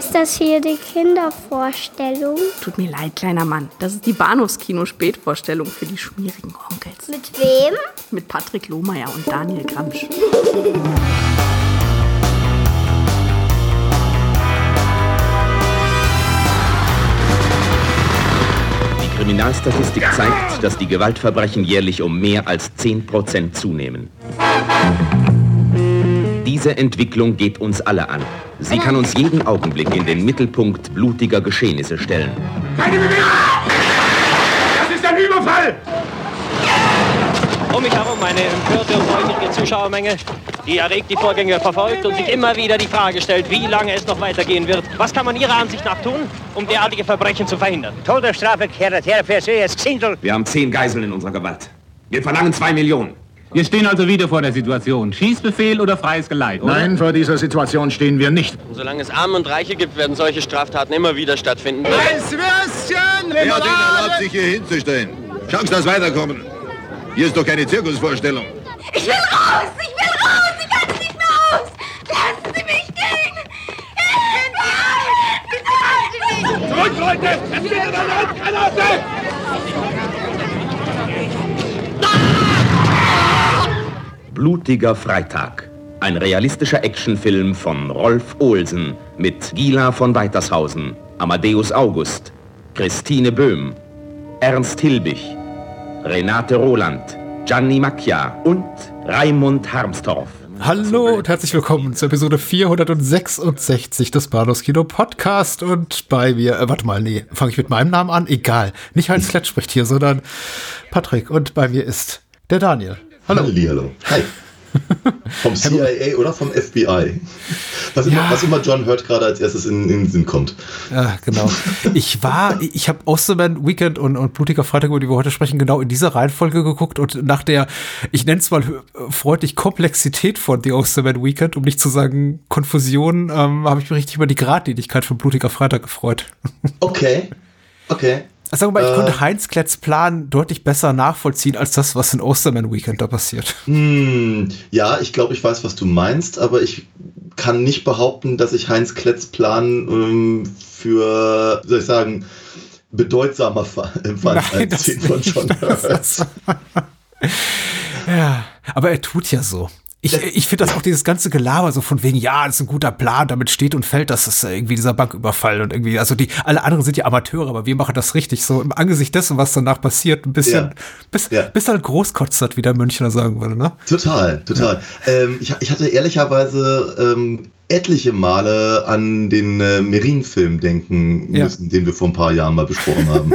Ist das hier die Kindervorstellung? Tut mir leid, kleiner Mann. Das ist die Bahnhofskino-Spätvorstellung für die schmierigen Onkels. Mit wem? Mit Patrick Lohmeier und Daniel Gramsch. Die Kriminalstatistik zeigt, dass die Gewaltverbrechen jährlich um mehr als 10% zunehmen. Diese Entwicklung geht uns alle an. Sie kann uns jeden Augenblick in den Mittelpunkt blutiger Geschehnisse stellen. Keine Bewegung! Das ist ein Überfall! Um mich herum eine empörte und neugierige Zuschauermenge, die erregt die Vorgänge verfolgt und sich immer wieder die Frage stellt, wie lange es noch weitergehen wird. Was kann man Ihrer Ansicht nach tun, um derartige Verbrechen zu verhindern? Todesstrafe kehrt her für Sie als Xindel. Wir haben 10 Geiseln in unserer Gewalt. Wir verlangen 2 Millionen. Wir stehen also wieder vor der Situation. Schießbefehl oder freies Geleit, oder? Nein, vor dieser Situation stehen wir nicht. Solange es Arme und Reiche gibt, werden solche Straftaten immer wieder stattfinden. Ein Würstchen! Wer hat Ihnen erlaubt, sich hier hinzustellen? Chance, dass weiterkommen. Hier ist doch keine Zirkusvorstellung. Ich will raus! Ich will raus! Ich halte es nicht mehr aus! Lassen Sie mich gehen! Hilfe! Zurück, Leute! Es geht in eine Handgranate! Blutiger Freitag. Ein realistischer Actionfilm von Rolf Olsen mit Gila von Weitershausen, Amadeus August, Christine Böhm, Ernst Hilbig, Renate Roland, Gianni Macchia und Raimund Harmstorff. Hallo und herzlich willkommen zur Episode 466 des Bahnhofskino Podcast und bei mir, fange ich mit meinem Namen an? Egal, nicht Heinz Klett spricht hier, sondern Patrick und bei mir ist der Daniel. Hallo. Hallo. Hi. Vom CIA oder vom FBI. Was immer John Hurt gerade als erstes in den Sinn kommt. Ja, genau. Ich habe Osterman Weekend und Blutiger Freitag, über die wir heute sprechen, genau in dieser Reihenfolge geguckt und nach der, ich nenne es mal freundlich, Komplexität von The Osterman Weekend, um nicht zu sagen Konfusion, habe ich mich richtig über die Geradlinigkeit von Blutiger Freitag gefreut. Okay. Sagen wir mal, ich konnte Heinz Kletts Plan deutlich besser nachvollziehen, als das, was in Osterman Weekend da passiert. Ja, ich glaube, ich weiß, was du meinst, aber ich kann nicht behaupten, dass ich Heinz Kletts Plan für, wie soll ich sagen, bedeutsamer empfand als den von John Hurt. Ja, aber er tut ja so. Ich finde das auch, dieses ganze Gelaber so von wegen, ja, das ist ein guter Plan, damit steht und fällt, das ist irgendwie dieser Banküberfall und irgendwie, also alle anderen sind ja Amateure, aber wir machen das richtig so im Angesicht dessen, was danach passiert, ein bisschen, bis halt großkotzert, wie der Münchner sagen würde, ne? Total. Ja. Ich hatte ehrlicherweise etliche Male an den Merin-Film denken müssen, den wir vor ein paar Jahren mal besprochen haben.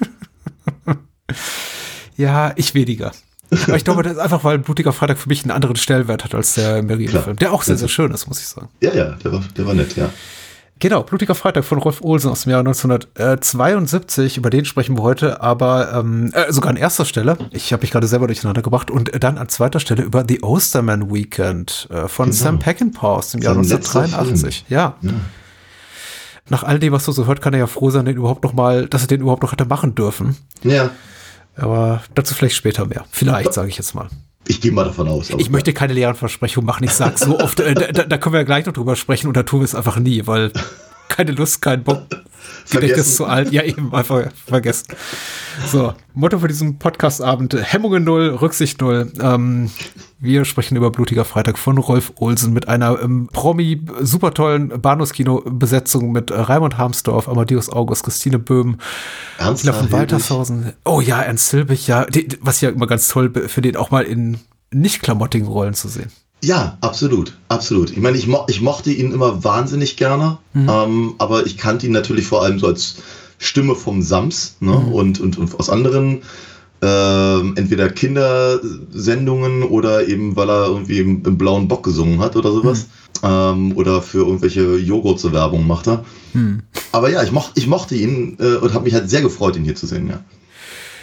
Ja, ich weniger. Aber ich glaube, das ist einfach, weil Blutiger Freitag für mich einen anderen Stellenwert hat als der Merin-Film. Der auch sehr, sehr schön ist, muss ich sagen. Ja, der war nett, ja. Genau, Blutiger Freitag von Rolf Olsen aus dem Jahr 1972, über den sprechen wir heute, aber sogar an erster Stelle, ich habe mich gerade selber durcheinander gebracht, und dann an zweiter Stelle über The Osterman Weekend von Sam Peckinpah aus dem Jahr 1983. Ja. Nach all dem, was du so hört, kann er ja froh sein, dass er den überhaupt noch hätte machen dürfen. Ja. Aber dazu vielleicht später mehr. Vielleicht, sage ich jetzt mal. Ich gehe mal davon aus. Ich möchte keine leeren Versprechungen machen. Ich sage so oft, da können wir ja gleich noch drüber sprechen und da tun wir es einfach nie, weil keine Lust, kein Bock. Gedächtnis zu alt. Ja, eben, einfach vergessen. So, Motto für diesen Podcast-Abend: Hemmungen 0, Rücksicht 0. Wir sprechen über Blutiger Freitag von Rolf Olsen mit einer super tollen Bahnhofskino-Besetzung mit Raimund Harmstorff, Amadeus August, Christine Böhm, Gila von Weitershausen. Oh ja, Ernst Hilbig, ja. Was ich ja immer ganz toll finde, ihn auch mal in nicht klamottigen Rollen zu sehen. Ja, absolut. Ich meine, ich mochte ihn immer wahnsinnig gerne, aber ich kannte ihn natürlich vor allem so als Stimme vom Sams, ne? Und aus anderen entweder Kindersendungen oder eben, weil er irgendwie im Blauen Bock gesungen hat oder sowas. Oder für irgendwelche Joghurt Werbung macht er. Aber ja, ich mochte ihn und habe mich halt sehr gefreut, ihn hier zu sehen, ja.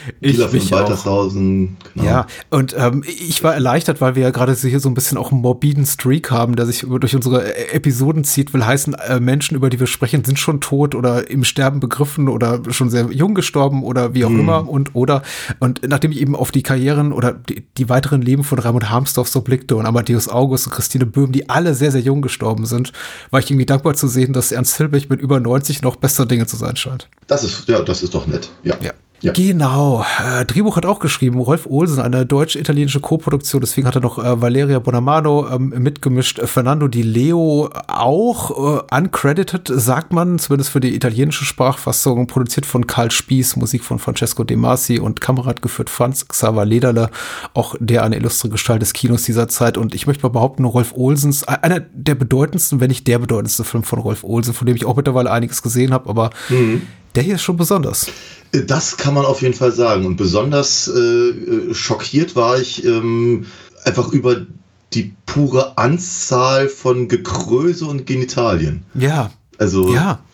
Gila von Waltershausen. Genau. Ja, und ich war erleichtert, weil wir ja gerade hier so ein bisschen auch einen morbiden Streak haben, der sich durch unsere Episoden zieht. Will heißen, Menschen, über die wir sprechen, sind schon tot oder im Sterben begriffen oder schon sehr jung gestorben oder wie auch immer. Und nachdem ich eben auf die Karrieren oder die weiteren Leben von Raimund Harmsdorf so blickte und Amadeus August und Christine Böhm, die alle sehr, sehr jung gestorben sind, war ich irgendwie dankbar zu sehen, dass Ernst Hilbig mit über 90 noch bester Dinge zu sein scheint. Das ist doch nett. Ja. Genau. Drehbuch hat auch geschrieben Rolf Olsen, eine deutsch-italienische Co-Produktion, deswegen hat er noch Valeria Bonamano mitgemischt, Fernando Di Leo auch, uncredited, sagt man, zumindest für die italienische Sprachfassung, produziert von Karl Spieß, Musik von Francesco De Masi und Kamera hat geführt Franz Xaver Lederle, auch der eine illustre Gestalt des Kinos dieser Zeit, und ich möchte mal behaupten, Rolf Olsens, einer der bedeutendsten, wenn nicht der bedeutendste Film von Rolf Olsen, von dem ich auch mittlerweile einiges gesehen habe, aber der hier ist schon besonders. Das kann man auf jeden Fall sagen. Und besonders schockiert war ich einfach über die pure Anzahl von Gekröse und Genitalien. Ja. Also,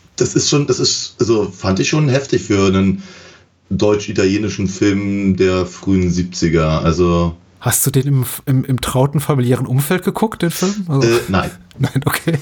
fand ich schon heftig für einen deutsch-italienischen Film der frühen 70er. Also. Hast du den im trauten familiären Umfeld geguckt, den Film? Also, nein. Nein, okay.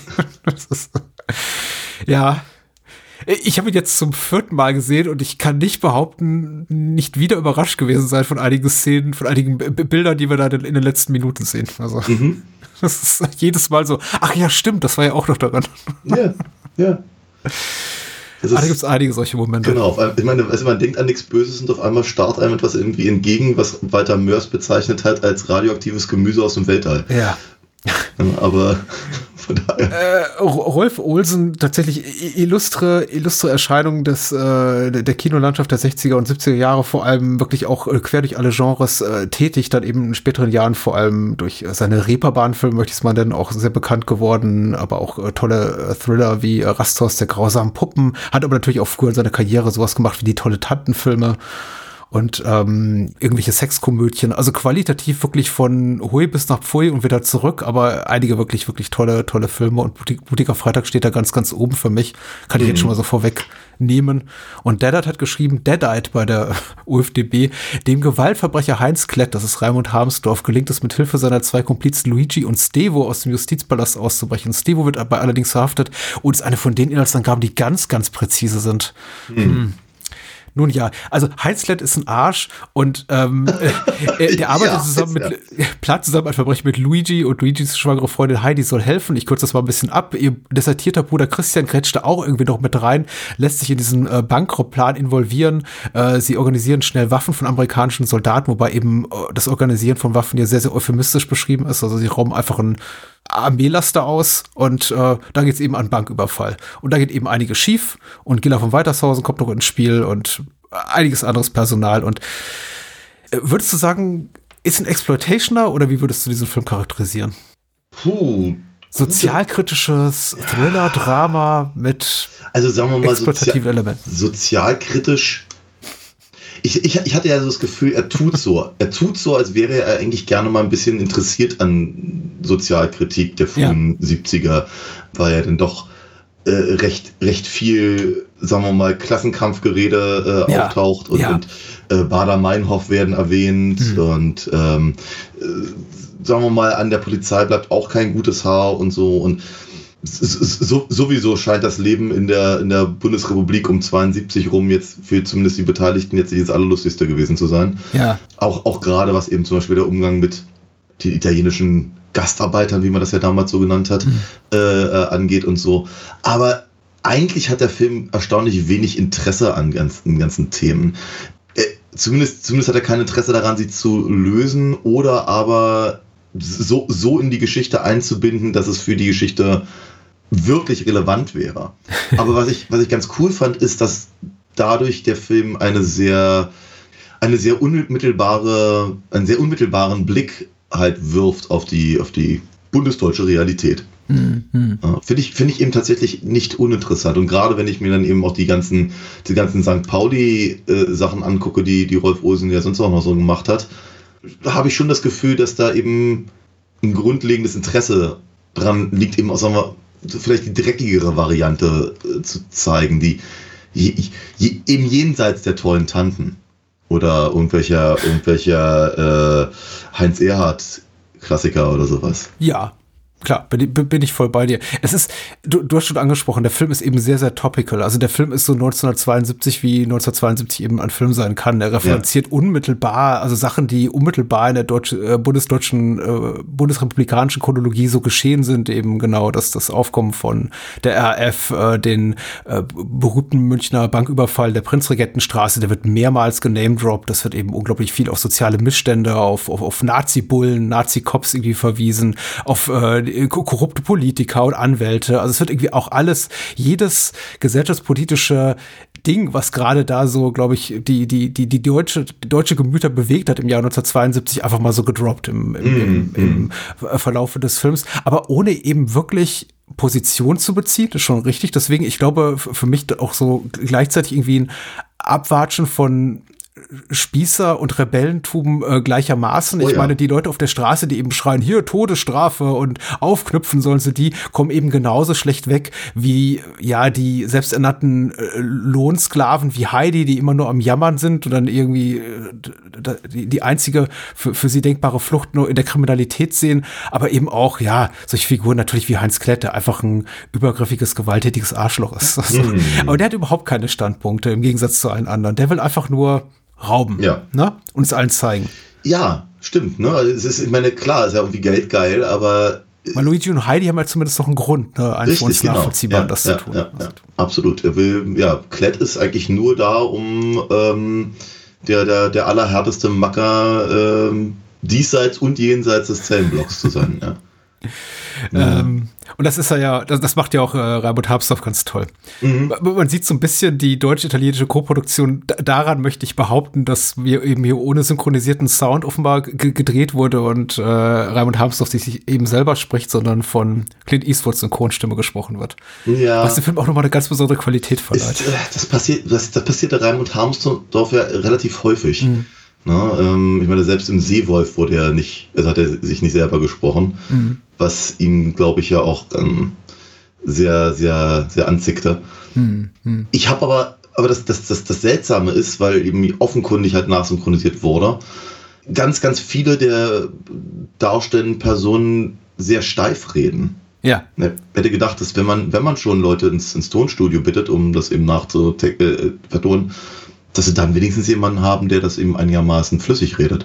Ja. Ich habe ihn jetzt zum 4. Mal gesehen und ich kann nicht behaupten, nicht wieder überrascht gewesen sein von einigen Szenen, von einigen Bildern, die wir da in den letzten Minuten sehen. Also, das ist jedes Mal so, ach ja, stimmt, das war ja auch noch daran. Ja. Da gibt es einige solche Momente. Genau, ich meine, also man denkt an nichts Böses und auf einmal starrt einem etwas irgendwie entgegen, was Walter Mörs bezeichnet hat als radioaktives Gemüse aus dem Weltall. Ja. Aber von daher. Rolf Olsen, tatsächlich illustre Erscheinung der Kinolandschaft der 60er und 70er Jahre, vor allem wirklich auch quer durch alle Genres tätig, dann eben in späteren Jahren vor allem durch seine Reeperbahn-Filme, möchte ich es mal nennen, auch sehr bekannt geworden, aber auch tolle Thriller wie Rastos der grausamen Puppen, hat aber natürlich auch früher in seiner Karriere sowas gemacht wie die Tolle Tantenfilme. Und irgendwelche Sexkomödien, also qualitativ wirklich von Hui bis nach Pfui und wieder zurück, aber einige wirklich, wirklich tolle Filme, und Blutiger Freitag steht da ganz, ganz oben für mich, kann ich jetzt schon mal so vorwegnehmen. Und Deadite hat geschrieben, Deadite bei der UFDB, dem Gewaltverbrecher Heinz Klett, das ist Raimund Harmsdorf, gelingt es mit Hilfe seiner 2 Komplizen Luigi und Stevo aus dem Justizpalast auszubrechen. Stevo wird aber allerdings verhaftet und ist eine von den Inhaltsangaben, die ganz, ganz präzise sind. Nun ja, also Heinz Klett ist ein Arsch und der arbeitet zusammen ein Verbrechen mit Luigi, und Luigis schwangere Freundin Heidi soll helfen. Ich kürze das mal ein bisschen ab. Ihr desertierter Bruder Christian grätscht da auch irgendwie noch mit rein, lässt sich in diesen Bankraubplan involvieren. Sie organisieren schnell Waffen von amerikanischen Soldaten, wobei eben das Organisieren von Waffen ja sehr, sehr euphemistisch beschrieben ist. Also sie rauben einfach einen Armeelaster aus und da geht's eben an Banküberfall. Und da geht eben einiges schief und Gila von Waltershausen kommt noch ins Spiel und einiges anderes Personal. Und würdest du sagen, ist ein Exploitationer oder wie würdest du diesen Film charakterisieren? Sozialkritisches Thriller-Drama mit sagen wir mal exploitativen Elementen. Sozialkritisch. Ich hatte ja so das Gefühl, er tut so, als wäre er eigentlich gerne mal ein bisschen interessiert an Sozialkritik der frühen 70er, weil er dann doch recht viel, sagen wir mal, Klassenkampfgerede auftaucht und Baader-Meinhof werden erwähnt und sagen wir mal, an der Polizei bleibt auch kein gutes Haar und so, und sowieso scheint das Leben in der Bundesrepublik um 72 rum jetzt für zumindest die Beteiligten jetzt nicht das Allerlustigste gewesen zu sein. Ja. Auch gerade was eben zum Beispiel der Umgang mit den italienischen Gastarbeitern, wie man das ja damals so genannt hat, angeht und so. Aber eigentlich hat der Film erstaunlich wenig Interesse an ganzen Themen. Zumindest hat er kein Interesse daran, sie zu lösen oder aber so in die Geschichte einzubinden, dass es für die Geschichte wirklich relevant wäre. Aber was ich ganz cool fand, ist, dass dadurch der Film einen sehr unmittelbaren Blick halt wirft auf die bundesdeutsche Realität. Finde ich eben tatsächlich nicht uninteressant. Und gerade wenn ich mir dann eben auch die ganzen St. Pauli-Sachen angucke, die Rolf Olsen ja sonst auch noch so gemacht hat, habe ich schon das Gefühl, dass da eben ein grundlegendes Interesse dran liegt, eben auch, sagen wir, vielleicht die dreckigere Variante zu zeigen, die eben jenseits der tollen Tanten. Oder irgendwelcher Heinz Erhardt-Klassiker oder sowas. Ja. Klar, bin ich voll bei dir. Es ist, du hast schon angesprochen, der Film ist eben sehr, sehr topical. Also der Film ist so 1972, wie 1972 eben ein Film sein kann. Er referenziert unmittelbar, also Sachen, die unmittelbar in der bundesrepublikanischen Chronologie so geschehen sind, eben genau das Aufkommen von der RAF, den berühmten Münchner Banküberfall der Prinzregentenstraße, der wird mehrmals genamedroppt. Das wird eben unglaublich viel auf soziale Missstände, auf Nazi-Bullen, Nazi-Cops irgendwie verwiesen, auf korrupte Politiker und Anwälte. Also es wird irgendwie auch alles, jedes gesellschaftspolitische Ding, was gerade da so, glaube ich, die deutsche Gemüter bewegt hat im Jahr 1972, einfach mal so gedroppt im Verlaufe des Films. Aber ohne eben wirklich Position zu beziehen, das ist schon richtig. Deswegen, ich glaube, für mich auch so gleichzeitig irgendwie ein Abwatschen von Spießer und Rebellentum gleichermaßen. Ich meine, die Leute auf der Straße, die eben schreien, hier Todesstrafe und aufknüpfen sollen sie, die kommen eben genauso schlecht weg wie die selbsternannten Lohnsklaven wie Heidi, die immer nur am Jammern sind und dann irgendwie die einzige für sie denkbare Flucht nur in der Kriminalität sehen, aber eben auch, solche Figuren natürlich wie Heinz Klett, der einfach ein übergriffiges, gewalttätiges Arschloch ist. Aber der hat überhaupt keine Standpunkte im Gegensatz zu allen anderen. Der will einfach nur rauben, ne? Und es allen zeigen. Ja, stimmt, ne? Es ist, ich meine, klar, ist ja irgendwie geldgeil, aber weil Luigi und Heidi haben halt zumindest noch einen Grund, ne? Für uns nachvollziehbar, das zu tun. Ja, absolut. Er will, Klett ist eigentlich nur da, um der allerhärteste Macker diesseits und jenseits des Zellenblocks zu sein, ja. Und das ist das macht ja auch Raimund Harmstorf ganz toll. Man sieht so ein bisschen die deutsch-italienische Co-Produktion, daran möchte ich behaupten, dass wir eben hier ohne synchronisierten Sound offenbar gedreht wurde und Raimund Harmstorf sich eben selber spricht, sondern von Clint Eastwoods Synchronstimme gesprochen wird. Ja. Was dem Film auch nochmal eine ganz besondere Qualität verleiht. Das passierte Raimund Harmstorf ja relativ häufig. Ich meine, selbst im Seewolf hat er sich nicht selber gesprochen, was ihn, glaube ich, ja auch sehr, sehr, sehr anzickte. Ich habe aber das Seltsame ist, weil eben offenkundig halt nachsynchronisiert wurde, ganz, ganz viele der darstellenden Personen sehr steif reden. Ja. Ich hätte gedacht, dass wenn man schon Leute ins Tonstudio bittet, um das eben vertonen, dass sie dann wenigstens jemanden haben, der das eben einigermaßen flüssig redet.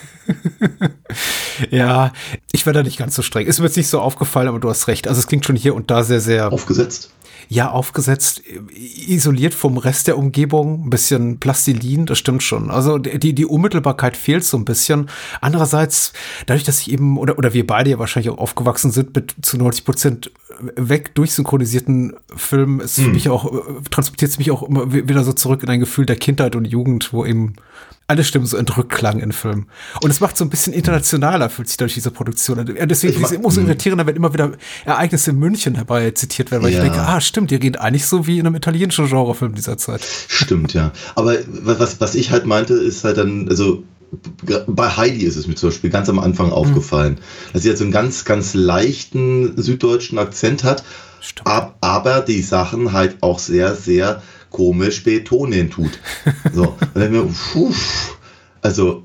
Ja, ich werde da nicht ganz so streng. Ist mir jetzt nicht so aufgefallen, aber du hast recht. Also es klingt schon hier und da sehr, sehr aufgesetzt. Ja, aufgesetzt, isoliert vom Rest der Umgebung, ein bisschen Plastilin, das stimmt schon. Also die Unmittelbarkeit fehlt so ein bisschen. Andererseits, dadurch, dass ich eben, oder wir beide ja wahrscheinlich auch aufgewachsen sind mit zu 90% weg durchsynchronisierten Filmen, ist für mich auch, transportiert es mich auch immer wieder so zurück in ein Gefühl der Kindheit und Jugend, wo eben alle Stimmen so entrückt klangen in Filmen. Und es macht so ein bisschen internationaler, fühlt sich durch diese Produktion. Deswegen ist es immer so irritierender, wenn immer wieder Ereignisse in München dabei zitiert werden, weil ich denke, stimmt, die gehen eigentlich so wie in einem italienischen Genrefilm dieser Zeit. Stimmt, ja. Aber was ich halt meinte, ist halt dann, also bei Heidi ist es mir zum Beispiel ganz am Anfang aufgefallen, dass sie jetzt so einen ganz, ganz leichten süddeutschen Akzent hat, aber die Sachen halt auch sehr, sehr komisch betonen tut. So, und dann mir, also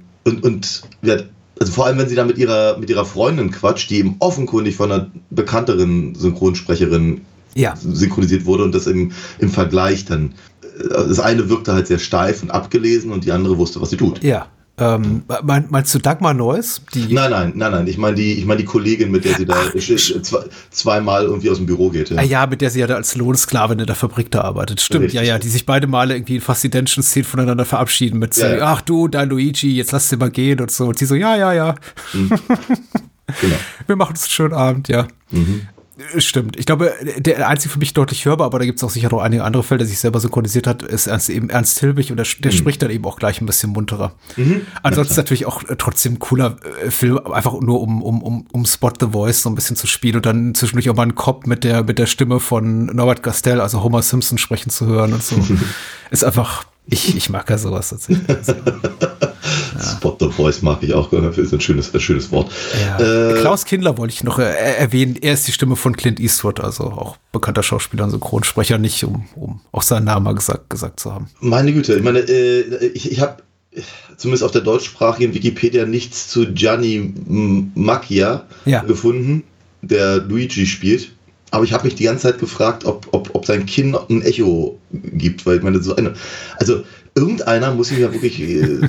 vor allem, wenn sie dann mit ihrer Freundin quatscht, die eben offenkundig von einer bekannteren Synchronsprecherin synchronisiert wurde und das im Vergleich dann, das eine wirkte halt sehr steif und abgelesen und die andere wusste, was sie tut. Ja. Meinst du Dagmar Neuss? Nein. Ich meine die Kollegin, mit der sie da zweimal irgendwie aus dem Büro geht. Ja. Ja, mit der sie ja da als Lohnsklavin in der Fabrik da arbeitet. Stimmt, richtig. Ja, die sich beide Male irgendwie fast die Szenen voneinander verabschieden mit so, ach du, dein Luigi, jetzt lass dir mal gehen und so. Und die so, ja. Genau. Wir machen uns einen schönen Abend, ja. Stimmt. Ich glaube, der einzige für mich deutlich hörbar, aber da gibt es auch sicher noch einige andere Fälle, der sich selber synchronisiert hat, ist Ernst Hilbig und der spricht dann eben auch gleich ein bisschen munterer. Ansonsten natürlich auch trotzdem ein cooler Film, einfach nur um Spot the Voice so ein bisschen zu spielen und dann zwischendurch auch mal einen Cop mit der Stimme von Norbert Gastel, also Homer Simpson, sprechen zu hören und so. Ist einfach, ich mag ja sowas tatsächlich. Spot the Voice mag ich auch, ist ein schönes Wort. Ja. Klaus Kindler wollte ich noch erwähnen, er ist die Stimme von Clint Eastwood, also auch bekannter Schauspieler und Synchronsprecher, nicht um auch seinen Namen mal gesagt zu haben. Meine Güte, ich meine, ich habe zumindest auf der deutschsprachigen Wikipedia nichts zu Gianni Macchia gefunden, der Luigi spielt. Aber ich habe mich die ganze Zeit gefragt, ob sein Kinn ein Echo gibt, weil ich meine, also irgendeiner muss ihm ja wirklich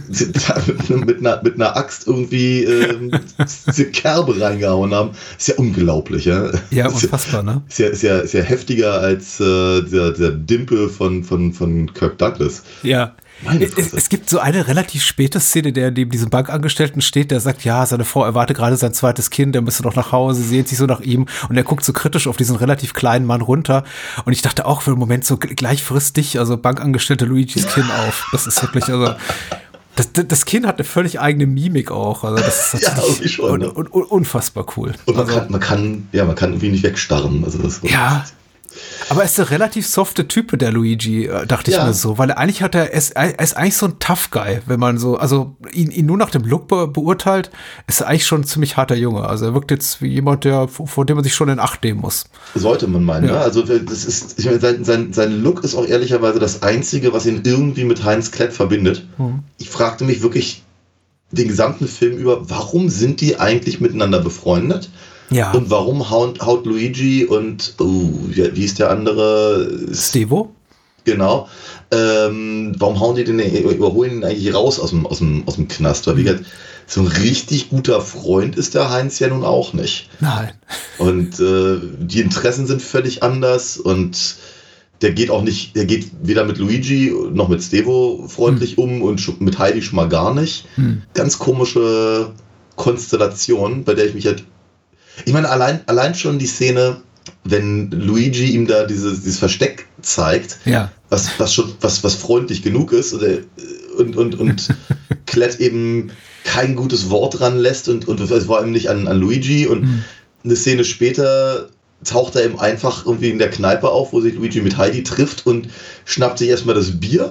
mit einer Axt irgendwie diese Kerbe reingehauen haben. Ist ja unglaublich, ja. Ja, unfassbar, ne? Ist ja heftiger als der Dimple von Kirk Douglas. Ja. Es gibt so eine relativ späte Szene, der neben diesem Bankangestellten steht, der sagt, ja, seine Frau erwarte gerade sein zweites Kind, der müsste noch nach Hause, sehnt sich so nach ihm und er guckt so kritisch auf diesen relativ kleinen Mann runter und ich dachte auch für einen Moment so, gleich frisst dich, also Bankangestellte Luigis Kinn auf. Das ist wirklich, also das Kind hat eine völlig eigene Mimik auch, also das ist irgendwie schon, ne? Unfassbar cool. Und man kann irgendwie nicht wegstarren. Also das ja. Aber er ist der relativ softe Typ, der Luigi, dachte ich mir so, weil er ist eigentlich so ein Tough Guy, wenn man so, also ihn nur nach dem Look beurteilt, ist er eigentlich schon ein ziemlich harter Junge. Also er wirkt jetzt wie jemand, vor dem man sich schon in Acht nehmen muss. Sollte man meinen, ne? Also das ist, ich meine, sein Look ist auch ehrlicherweise das Einzige, was ihn irgendwie mit Heinz Klett verbindet. Ich fragte mich wirklich den gesamten Film über, warum sind die eigentlich miteinander befreundet? Ja. Und warum haut Luigi und wie ist der andere? Stevo? Genau. Warum hauen die den, überholen ihn eigentlich raus aus dem Knast? Weil wie gesagt, so ein richtig guter Freund ist der Heinz ja nun auch nicht. Nein. Und die Interessen sind völlig anders und der geht weder mit Luigi noch mit Stevo freundlich um und mit Heidi schon mal gar nicht. Ganz komische Konstellation, bei der ich mich halt. Ich meine, allein schon die Szene, wenn Luigi ihm da dieses Versteck zeigt, was freundlich genug ist und Klett eben kein gutes Wort dran lässt und vor allem nicht an Luigi und eine Szene später taucht er eben einfach irgendwie in der Kneipe auf, wo sich Luigi mit Heidi trifft und schnappt sich erstmal das Bier.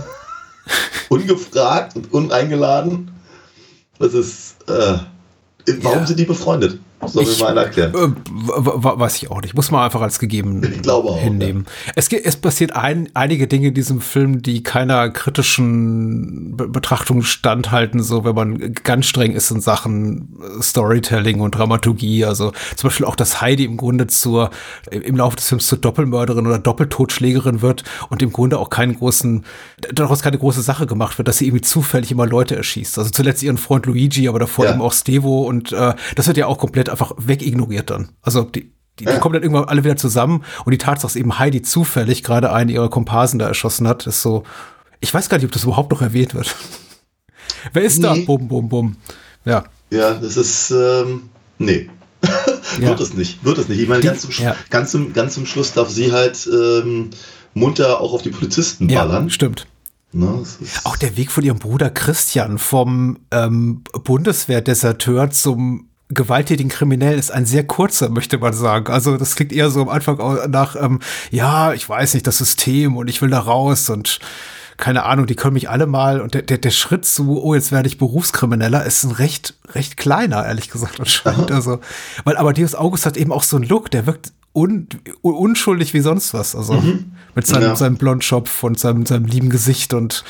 Ungefragt und uneingeladen. Das ist, warum sind die befreundet? Soll mir mal einer erklären. Weiß ich auch nicht. Muss man einfach als gegeben hinnehmen. Ja. Es passiert einige Dinge in diesem Film, die keiner kritischen Betrachtung standhalten, so wenn man ganz streng ist in Sachen Storytelling und Dramaturgie. Also zum Beispiel auch, dass Heidi im Grunde im Laufe des Films zur Doppelmörderin oder Doppeltotschlägerin wird und im Grunde auch daraus keine große Sache gemacht wird, dass sie irgendwie zufällig immer Leute erschießt. Also zuletzt ihren Freund Luigi, aber davor eben auch Stevo und das wird ja auch komplett einfach wegignoriert dann. Also die kommen dann irgendwann alle wieder zusammen und die Tatsache, dass eben Heidi zufällig gerade einen ihrer Komparsen da erschossen hat, ist so, ich weiß gar nicht, ob das überhaupt noch erwähnt wird. Wer ist da? Bum, bum, bum. Ja. Ja, das ist, nee. Wird es nicht. Ich meine, ganz zum Schluss darf sie halt munter auch auf die Polizisten ballern. Ja, stimmt. Auch der Weg von ihrem Bruder Christian vom Bundeswehrdeserteur zum gewalttätigen Kriminellen ist ein sehr kurzer, möchte man sagen. Also das klingt eher so am Anfang nach, ich weiß nicht, das System und ich will da raus und keine Ahnung, die können mich alle mal und der Schritt zu, jetzt werde ich Berufskrimineller, ist ein recht kleiner, ehrlich gesagt, anscheinend. Also, weil Amadeus August hat eben auch so einen Look, der wirkt unschuldig wie sonst was. Also mit seinem Blondschopf und seinem lieben Gesicht und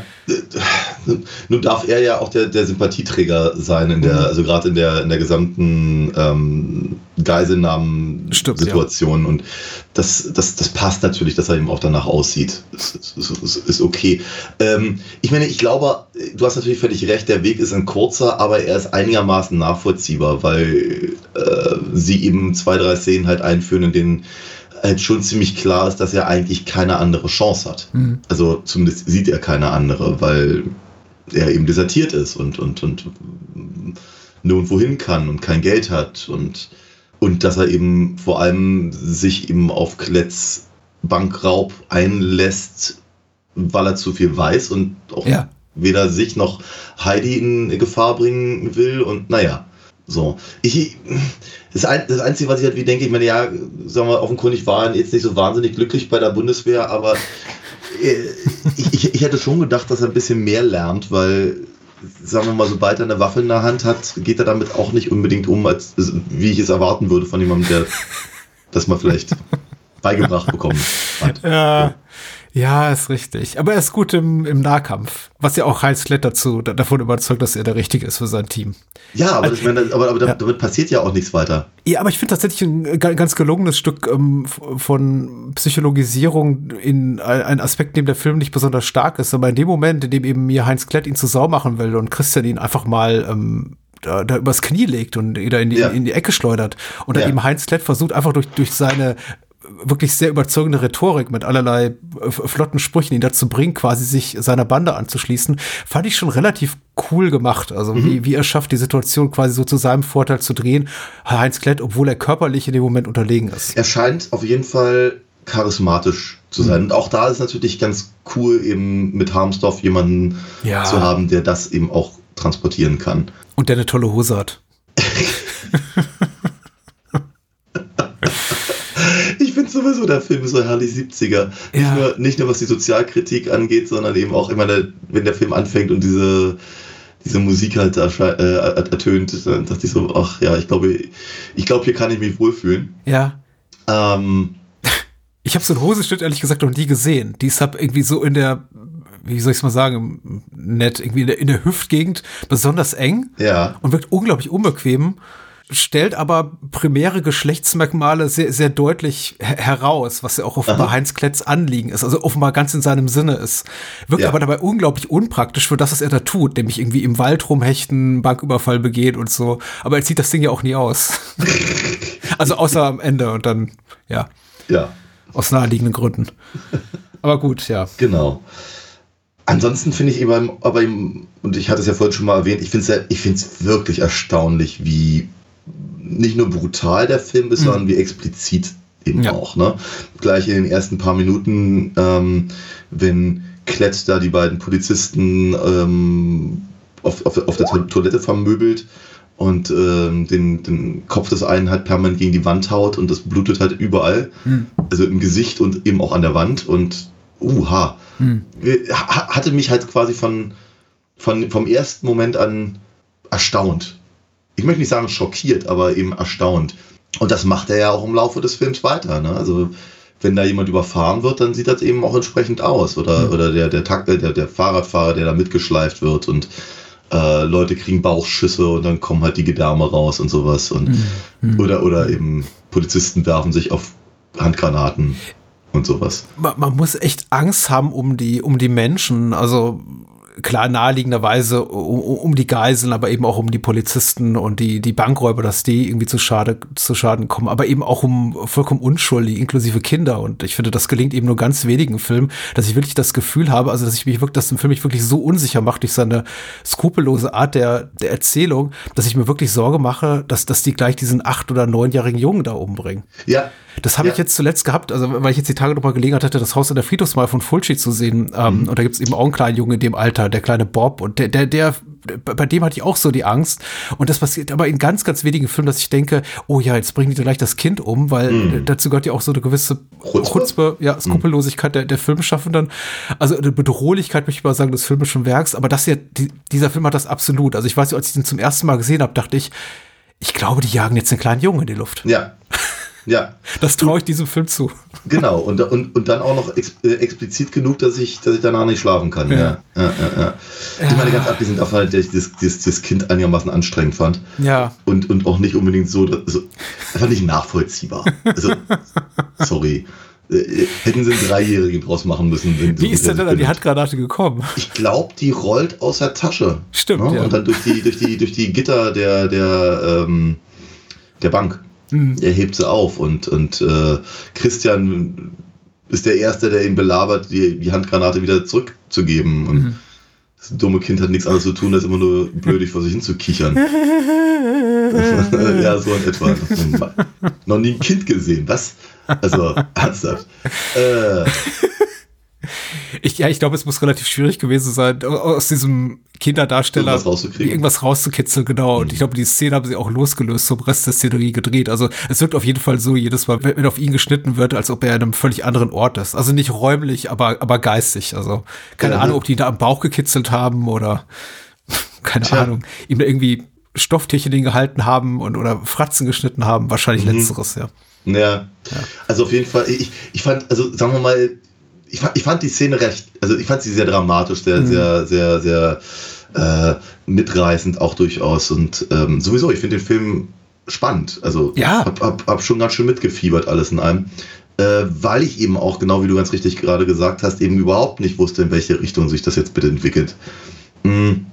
nun darf er ja auch der Sympathieträger sein also gerade in der gesamten Geiselnahmen-Situation und das passt natürlich, dass er eben auch danach aussieht. Ist okay. Ich meine, ich glaube, du hast natürlich völlig recht, der Weg ist ein kurzer, aber er ist einigermaßen nachvollziehbar, weil sie eben 2, 3 Szenen halt einführen, in denen halt schon ziemlich klar ist, dass er eigentlich keine andere Chance hat. Also zumindest sieht er keine andere, weil er eben desertiert ist und nirgendwo hin kann und kein Geld hat und dass er eben vor allem sich eben auf Kletts Bankraub einlässt, weil er zu viel weiß und auch weder sich noch Heidi in Gefahr bringen will und naja. So, das Einzige, was ich halt wie denke, ich meine, sagen wir offenkundig war er jetzt nicht so wahnsinnig glücklich bei der Bundeswehr, aber ich hätte schon gedacht, dass er ein bisschen mehr lernt, weil, sagen wir mal, sobald er eine Waffe in der Hand hat, geht er damit auch nicht unbedingt um, wie ich es erwarten würde von jemandem, der das mal vielleicht beigebracht bekommen hat. Ja, ist richtig. Aber er ist gut im Nahkampf. Was ja auch Heinz Klett davon überzeugt, dass er der Richtige ist für sein Team. Ja, aber, damit passiert ja auch nichts weiter. Ja, aber ich finde tatsächlich ein ganz gelungenes Stück von Psychologisierung in einen Aspekt, in dem der Film nicht besonders stark ist. Aber in dem Moment, in dem eben mir Heinz Klett ihn zur Sau machen will und Christian ihn einfach mal da übers Knie legt und wieder in die Ecke schleudert. Und dann eben Heinz Klett versucht, einfach durch seine wirklich sehr überzeugende Rhetorik mit allerlei flotten Sprüchen ihn dazu bringt, quasi sich seiner Bande anzuschließen, fand ich schon relativ cool gemacht. Also wie er schafft, die Situation quasi so zu seinem Vorteil zu drehen. Heinz Klett, obwohl er körperlich in dem Moment unterlegen ist. Er scheint auf jeden Fall charismatisch zu sein. Und auch da ist natürlich ganz cool, eben mit Harmsdorf jemanden zu haben, der das eben auch transportieren kann. Und der eine tolle Hose hat. Ich finde sowieso, der Film ist so herrlich 70er. Nicht nur was die Sozialkritik angeht, sondern eben auch immer, wenn der Film anfängt und diese Musik halt ertönt, dann dachte ich so, ach ja, ich glaube, hier kann ich mich wohlfühlen. Ja. Ich habe so einen Hosenschnitt ehrlich gesagt noch nie gesehen. Die ist irgendwie so in der, wie soll ich es mal sagen, nett, irgendwie in der Hüftgegend besonders eng und wirkt unglaublich unbequem. Stellt aber primäre Geschlechtsmerkmale sehr, sehr deutlich heraus, was ja auch offenbar Heinz Kletts Anliegen ist, also offenbar ganz in seinem Sinne ist. Wirkt aber dabei unglaublich unpraktisch für das, was er da tut, nämlich irgendwie im Wald rumhechten, Banküberfall begehen und so. Aber er zieht das Ding ja auch nie aus. Also außer am Ende und dann, ja. Aus naheliegenden Gründen. Aber gut, ja. Genau. Ansonsten finde ich eben, und ich hatte es ja vorhin schon mal erwähnt, ich finde es wirklich erstaunlich, wie nicht nur brutal der Film ist, sondern wie explizit eben auch. Ne? Gleich in den ersten paar Minuten, wenn Klett da die beiden Polizisten auf der Toilette vermöbelt und den Kopf des einen halt permanent gegen die Wand haut und das blutet halt überall, also im Gesicht und eben auch an der Wand und hatte mich halt quasi vom ersten Moment an erstaunt. Ich möchte nicht sagen schockiert, aber eben erstaunt. Und das macht er ja auch im Laufe des Films weiter. Ne? Also wenn da jemand überfahren wird, dann sieht das eben auch entsprechend aus. Oder der Fahrradfahrer, der da mitgeschleift wird und Leute kriegen Bauchschüsse und dann kommen halt die Gedärme raus und sowas. Und, oder eben Polizisten werfen sich auf Handgranaten. Und sowas. Man muss echt Angst haben um die Menschen, also klar naheliegenderweise um die Geiseln, aber eben auch um die Polizisten und die Bankräuber, dass die irgendwie zu Schaden kommen, aber eben auch um vollkommen Unschuldige, inklusive Kinder. Und ich finde, das gelingt eben nur ganz wenigen Filmen, dass ich wirklich das Gefühl habe, also dass der Film mich wirklich so unsicher macht durch seine skrupellose Art der Erzählung, dass ich mir wirklich Sorge mache, dass die gleich diesen 8- oder 9-jährigen Jungen da umbringen. Ja. Das habe ich jetzt zuletzt gehabt, also weil ich jetzt die Tage nochmal Gelegenheit hatte, das Haus in der Friedhofsmauer von Fulci zu sehen. Und da gibt es eben auch einen kleinen Jungen in dem Alter, der kleine Bob. Und der bei dem hatte ich auch so die Angst. Und das passiert aber in ganz, ganz wenigen Filmen, dass ich denke, oh ja, jetzt bringen die gleich das Kind um, weil dazu gehört ja auch so eine gewisse Chutzpe, Skrupellosigkeit der Filmschaffenden. Also eine Bedrohlichkeit, möchte ich mal sagen, des filmischen Werks. Aber das hier, dieser Film hat das absolut. Also ich weiß, als ich den zum ersten Mal gesehen habe, dachte ich glaube, die jagen jetzt einen kleinen Jungen in die Luft. Ja. Ja. Das traue ich diesem Film zu. Genau, und dann auch noch explizit genug, dass ich danach nicht schlafen kann. Ja. Ich meine, ganz abgesehen davon, dass ich das Kind einigermaßen anstrengend fand. Ja. Und auch nicht unbedingt so einfach nicht nachvollziehbar. Also, sorry. Hätten sie einen 3-Jährigen draus machen müssen. Wie ist der denn an die Handgranate gekommen? Ich glaube, die rollt aus der Tasche. Stimmt, ja. Und dann durch die Gitter der Bank. Er hebt sie auf und Christian ist der Erste, der ihn belabert, die Handgranate wieder zurückzugeben. Und das dumme Kind hat nichts anderes zu tun, als immer nur blödig vor sich hin zu kichern. Ja, so in etwa. Noch nie ein Kind gesehen, was? Also, ernsthaft. Ich glaube, es muss relativ schwierig gewesen sein, aus diesem Kinderdarsteller irgendwas rauszukitzeln, genau. Und ich glaube, die Szene haben sie auch losgelöst zum Rest der Szenerie gedreht. Also es wirkt auf jeden Fall so, jedes Mal, wenn auf ihn geschnitten wird, als ob er an einem völlig anderen Ort ist. Also nicht räumlich, aber geistig. Also keine Ahnung, ob die ihn da am Bauch gekitzelt haben oder keine Ahnung, ihm da irgendwie Stofftierchen gehalten haben oder Fratzen geschnitten haben. Wahrscheinlich Letzteres, ja. Ja. Also auf jeden Fall, ich fand, also sagen wir mal, ich fand die Szene ich fand sie sehr dramatisch, sehr mitreißend auch durchaus und sowieso, ich finde den Film spannend, also hab schon ganz schön mitgefiebert alles in allem, weil ich eben auch, genau wie du ganz richtig gerade gesagt hast, eben überhaupt nicht wusste, in welche Richtung sich das jetzt bitte entwickelt und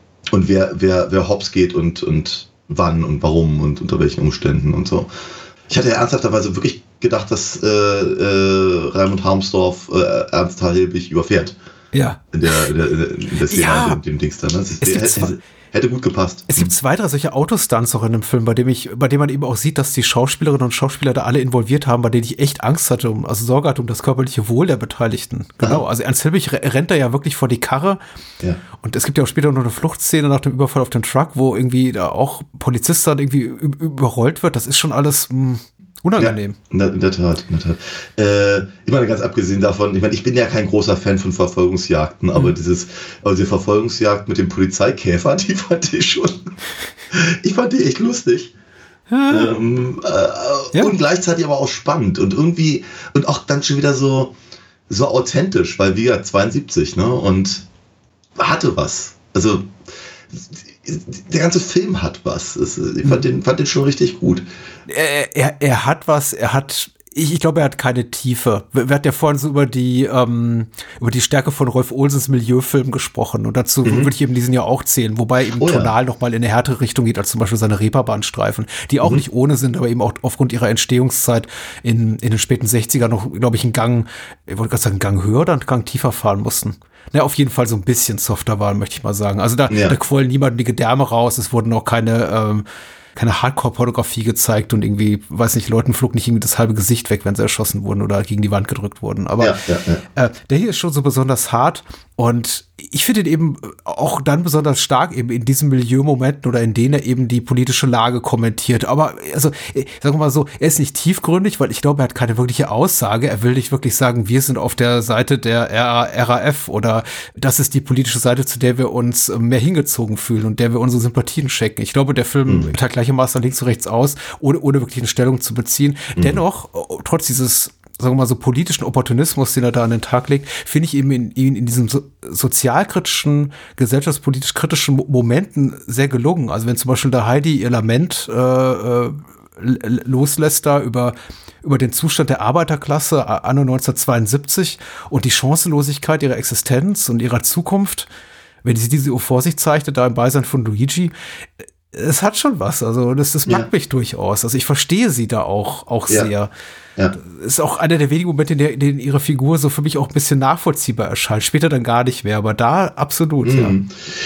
wer hops geht und wann und warum und unter welchen Umständen und so. Ich hatte ja ernsthafterweise wirklich gedacht, dass Raimund Harmsdorf Ernst H. Hilbig überfährt. Ja. In der Szene, dem Dings da. Ne? Hätte gut gepasst. Es gibt 2, 3 solche Autostunts auch in dem Film, bei dem man eben auch sieht, dass die Schauspielerinnen und Schauspieler da alle involviert haben, bei denen ich echt Angst hatte, Sorge hatte um das körperliche Wohl der Beteiligten. Genau, also Ernst Hilbig rennt da ja wirklich vor die Karre. Ja. Und es gibt ja auch später noch eine Fluchtszene nach dem Überfall auf den Truck, wo irgendwie da auch Polizist dann irgendwie überrollt wird. Das ist schon alles unangenehm. Ja, in der Tat. Ich meine, ganz abgesehen davon, ich bin ja kein großer Fan von Verfolgungsjagden, aber diese Verfolgungsjagd mit dem Polizeikäfer, die fand ich echt lustig. Und gleichzeitig aber auch spannend und irgendwie, und auch dann schon wieder so authentisch, weil wir 72, ne, und hatte was. Also, der ganze Film hat was. Ich fand den schon richtig gut. Er hat was, ich glaube, er hat keine Tiefe. Wir hatten ja vorhin so über die Stärke von Rolf Olsens Milieufilm gesprochen und dazu würde ich eben diesen ja auch zählen, wobei eben tonal nochmal in eine härtere Richtung geht als zum Beispiel seine Reeperbahn-Streifen, die auch nicht ohne sind, aber eben auch aufgrund ihrer Entstehungszeit in den späten 60ern noch, glaube ich, einen Gang höher oder einen Gang tiefer fahren mussten. Na, auf jeden Fall so ein bisschen softer waren, möchte ich mal sagen. Also da quollen niemandem die Gedärme raus, es wurden auch keine Hardcore-Pornografie gezeigt und irgendwie, weiß nicht, Leuten flog nicht irgendwie das halbe Gesicht weg, wenn sie erschossen wurden oder gegen die Wand gedrückt wurden. Aber der hier ist schon so besonders hart und ich finde ihn eben auch dann besonders stark eben in diesen Milieumomenten oder in denen er eben die politische Lage kommentiert. Aber also, sagen wir mal so, er ist nicht tiefgründig, weil ich glaube, er hat keine wirkliche Aussage. Er will nicht wirklich sagen, wir sind auf der Seite der RAF oder das ist die politische Seite, zu der wir uns mehr hingezogen fühlen und der wir unsere Sympathien schenken. Ich glaube, der Film teilt gleichermaßen links und rechts aus, ohne wirklich eine Stellung zu beziehen. Dennoch, trotz dieses, sagen wir mal so, politischen Opportunismus, den er da an den Tag legt, finde ich eben in diesem sozialkritischen, gesellschaftspolitisch kritischen Momenten sehr gelungen. Also wenn zum Beispiel der Heidi ihr Lament loslässt da über den Zustand der Arbeiterklasse anno 1972 und die Chancenlosigkeit ihrer Existenz und ihrer Zukunft, wenn sie diese vor sich zeichnet, da im Beisein von Luigi, es hat schon was, also das packt mich durchaus. Also ich verstehe sie da auch sehr. Ja. Das ist auch einer der wenigen Momente, in denen ihre Figur so für mich auch ein bisschen nachvollziehbar erscheint. Später dann gar nicht mehr, aber da absolut, sagen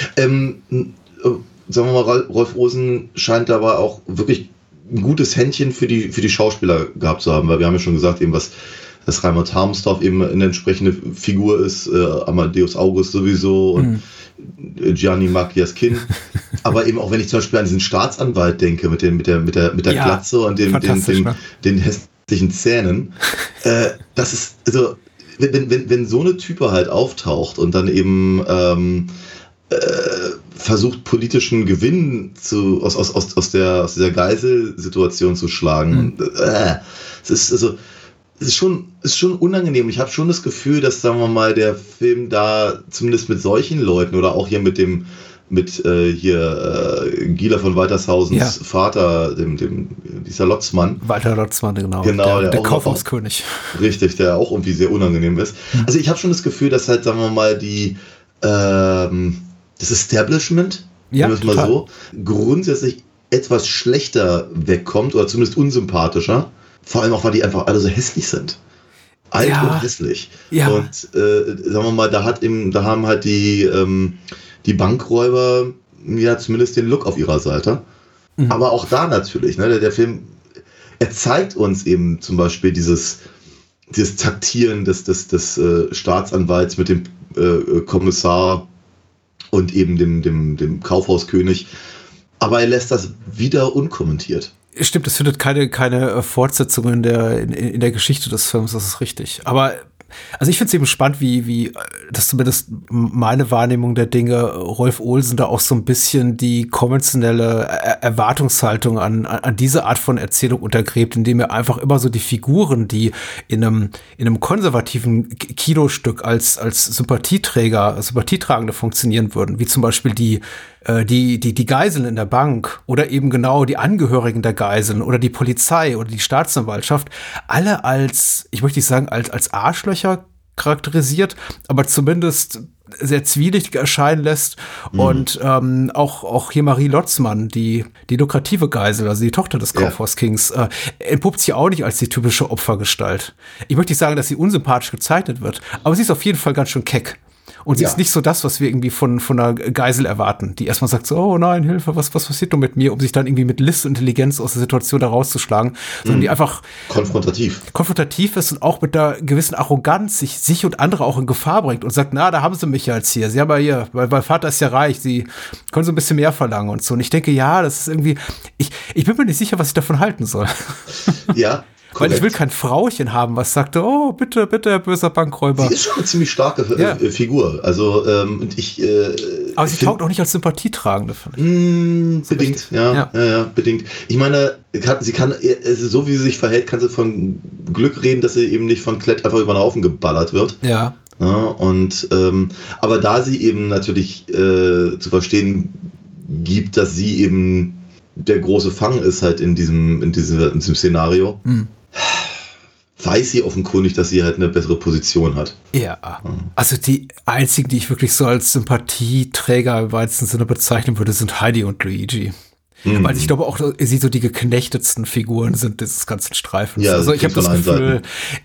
wir mal, Rolf Olsen scheint dabei auch wirklich ein gutes Händchen für die Schauspieler gehabt zu haben, weil wir haben ja schon gesagt, eben dass Raimund Harmsdorf eben eine entsprechende Figur ist, Amadeus August sowieso und Gianni Macchiaskin. Aber eben auch, wenn ich zum Beispiel an diesen Staatsanwalt denke, mit der Glatze und den hässlichen Zähnen, das ist, also, wenn so eine Type halt auftaucht und dann eben versucht, politischen Gewinn aus dieser Geiselsituation zu schlagen. Es ist schon unangenehm. Ich habe schon das Gefühl, dass, sagen wir mal, der Film da zumindest mit solchen Leuten oder auch hier mit Gieler von Waltershausens Vater, dieser Lotzmann. Walter Lotzmann, genau der Kaufhauskönig. Richtig, der auch irgendwie sehr unangenehm ist. Also ich habe schon das Gefühl, dass halt, sagen wir mal, das Establishment, mal so, grundsätzlich etwas schlechter wegkommt oder zumindest unsympathischer. Vor allem auch, weil die einfach alle so hässlich sind. Alt und hässlich. Ja. Und sagen wir mal, da haben halt die Bankräuber ja zumindest den Look auf ihrer Seite. Aber auch da natürlich, ne, der Film, er zeigt uns eben zum Beispiel dieses Taktieren des Staatsanwalts mit dem Kommissar und eben dem Kaufhauskönig. Aber er lässt das wieder unkommentiert. Stimmt, es findet keine Fortsetzung in der Geschichte des Films, das ist richtig. Aber also ich finde es eben spannend, wie das zumindest meine Wahrnehmung der Dinge, Rolf Olsen da auch so ein bisschen die konventionelle Erwartungshaltung an diese Art von Erzählung untergräbt, indem er einfach immer so die Figuren, die in einem konservativen Kinostück als Sympathietragende funktionieren würden, wie zum Beispiel die Geiseln in der Bank oder eben genau die Angehörigen der Geiseln oder die Polizei oder die Staatsanwaltschaft, alle als, ich möchte nicht sagen, als Arschlöcher charakterisiert, aber zumindest sehr zwielichtig erscheinen lässt. Und auch hier Marie Lotzmann, die lukrative Geisel, also die Tochter des Kaufhaus Kings, entpuppt sich auch nicht als die typische Opfergestalt. Ich möchte nicht sagen, dass sie unsympathisch gezeichnet wird, aber sie ist auf jeden Fall ganz schön keck. Und sie ist nicht so das, was wir irgendwie von einer Geisel erwarten, die erstmal sagt so, oh nein, Hilfe, was passiert nun mit mir, um sich dann irgendwie mit List und Intelligenz aus der Situation da rauszuschlagen, sondern die einfach konfrontativ ist und auch mit einer gewissen Arroganz sich und andere auch in Gefahr bringt und sagt, na, da haben sie mich ja jetzt hier. Sie haben ja hier, weil Vater ist ja reich, sie können so ein bisschen mehr verlangen und so. Und ich denke, ja, das ist irgendwie, ich bin mir nicht sicher, was ich davon halten soll. Ja. Weil ich will kein Frauchen haben, was sagte, oh, bitte, Herr böser Bankräuber. Sie ist schon eine ziemlich starke Figur. Also, aber sie taugt auch nicht als Sympathietragende, finde ich. Bedingt, ja, bedingt. Ich meine, sie kann, so wie sie sich verhält, kann sie von Glück reden, dass sie eben nicht von Klett einfach über den Haufen geballert wird. Ja. Und, aber da sie eben natürlich zu verstehen gibt, dass sie eben der große Fang ist halt in diesem Szenario, weiß sie offenkundig, dass sie halt eine bessere Position hat. Ja, also die einzigen, die ich wirklich so als Sympathieträger im weitesten Sinne bezeichnen würde, sind Heidi und Luigi. Weil ich glaube auch, sie so die geknechtetsten Figuren sind des ganzen Streifens. Ja, also ich habe das Gefühl,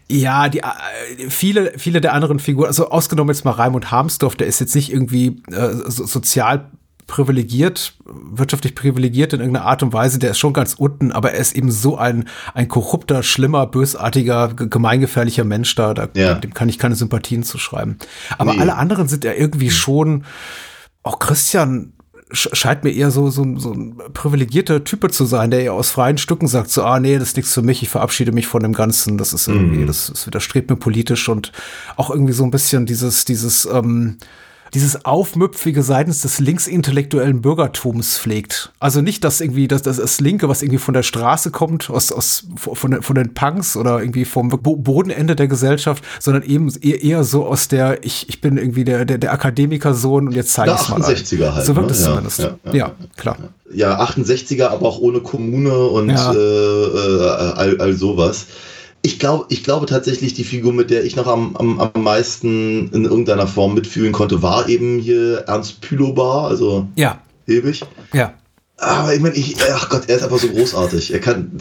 viele der anderen Figuren, also ausgenommen jetzt mal Raimund Harmsdorf, der ist jetzt nicht irgendwie sozial privilegiert, wirtschaftlich privilegiert in irgendeiner Art und Weise, der ist schon ganz unten, aber er ist eben so ein korrupter, schlimmer, bösartiger, gemeingefährlicher Mensch dem kann ich keine Sympathien zuschreiben. Aber alle anderen sind ja irgendwie schon, auch Christian scheint mir eher so ein privilegierter Typ zu sein, der ja aus freien Stücken sagt, so, nee, das ist nichts für mich, ich verabschiede mich von dem Ganzen, das ist irgendwie, das widerstrebt mir politisch und auch irgendwie so ein bisschen dieses Aufmüpfige seitens des linksintellektuellen Bürgertums pflegt. Also nicht, dass irgendwie das Linke, was irgendwie von der Straße kommt, von den Punks oder irgendwie vom Bodenende der Gesellschaft, sondern eben eher so aus der, ich bin irgendwie der Akademikersohn und jetzt zeige ich es mal. 68er halt. So wirkt es zumindest. Ja, klar. Ja, 68er, aber auch ohne Kommune und all sowas. Ich glaube tatsächlich, die Figur, mit der ich noch am meisten in irgendeiner Form mitfühlen konnte, war eben hier Ernst Pülobar, also Hilbig. Ja. Aber ich meine, ach Gott, er ist einfach so großartig. Er kann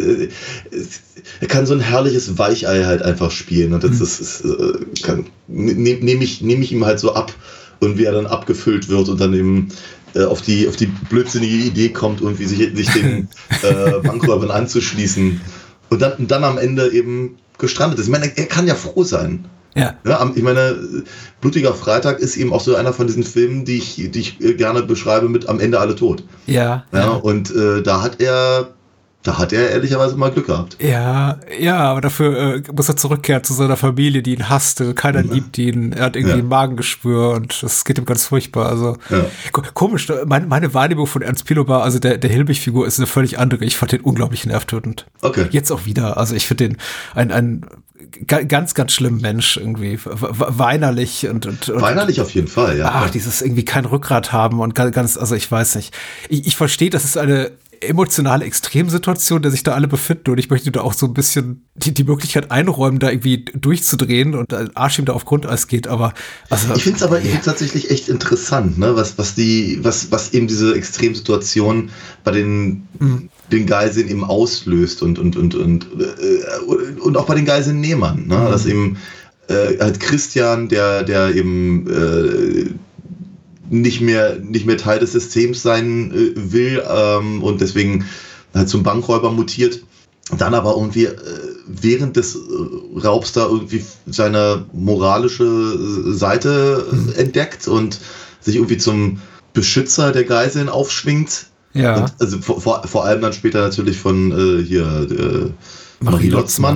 so ein herrliches Weichei halt einfach spielen und das nehme ich ihm halt so ab und wie er dann abgefüllt wird und dann eben auf die blödsinnige Idee kommt, irgendwie sich den Bankräubern anzuschließen. Und dann am Ende eben gestrandet ist. Ich meine, er kann ja froh sein. Ja. Ich meine, Blutiger Freitag ist eben auch so einer von diesen Filmen, die ich gerne beschreibe mit am Ende alle tot. Ja. Und da hat er ehrlicherweise mal Glück gehabt. Ja, aber dafür muss er zurückkehren zu seiner Familie, die ihn hasste. Keiner liebt ihn. Er hat irgendwie ein Magengeschwür und das geht ihm ganz furchtbar. Also komisch. Meine Wahrnehmung von Ernst Pülobar, also der Hilbig-Figur, ist eine völlig andere. Ich fand den unglaublich nervtötend. Okay. Jetzt auch wieder. Also ich finde den ein ganz, ganz schlimmen Mensch irgendwie. Weinerlich und weinerlich auf jeden Fall, ja. Ach, dieses irgendwie kein Rückgrat haben und ganz, also ich weiß nicht. Ich verstehe, das ist eine emotionale Extremsituation, der sich da alle befinden und ich möchte da auch so ein bisschen die Möglichkeit einräumen, da irgendwie durchzudrehen und ein Arsch ihm da auf Grundeis geht, aber also, ich finde es tatsächlich echt interessant, ne, was eben diese Extremsituation bei den Geiseln eben auslöst und auch bei den Geiselnehmern, ne, dass eben halt Christian, der eben nicht mehr Teil des Systems sein will und deswegen halt zum Bankräuber mutiert, dann aber irgendwie während des Raubs da irgendwie seine moralische Seite entdeckt und sich irgendwie zum Beschützer der Geiseln aufschwingt. Ja. Und also vor allem dann später natürlich von Marie Lotzmann,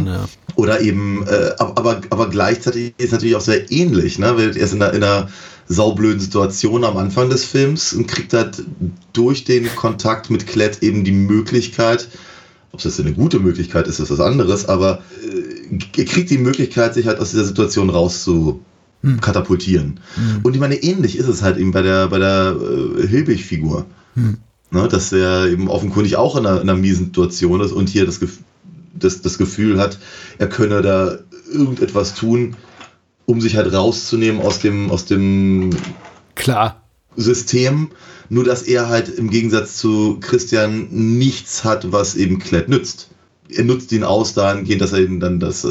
Oder eben, aber gleichzeitig ist es natürlich auch sehr ähnlich, ne? Weil er ist in einer saublöden Situation am Anfang des Films und kriegt halt durch den Kontakt mit Klett eben die Möglichkeit, ob das eine gute Möglichkeit ist, ist was anderes, aber er kriegt die Möglichkeit, sich halt aus dieser Situation raus zu katapultieren. Und ich meine, ähnlich ist es halt eben bei der Hilbig-Figur. Ne? Dass er eben offenkundig auch in einer miesen Situation ist und hier das Gefühl hat, er könne da irgendetwas tun, um sich halt rauszunehmen aus dem Klar. System, nur dass er halt im Gegensatz zu Christian nichts hat, was eben Klett nützt. Er nutzt ihn aus dahingehend, dass er eben dann das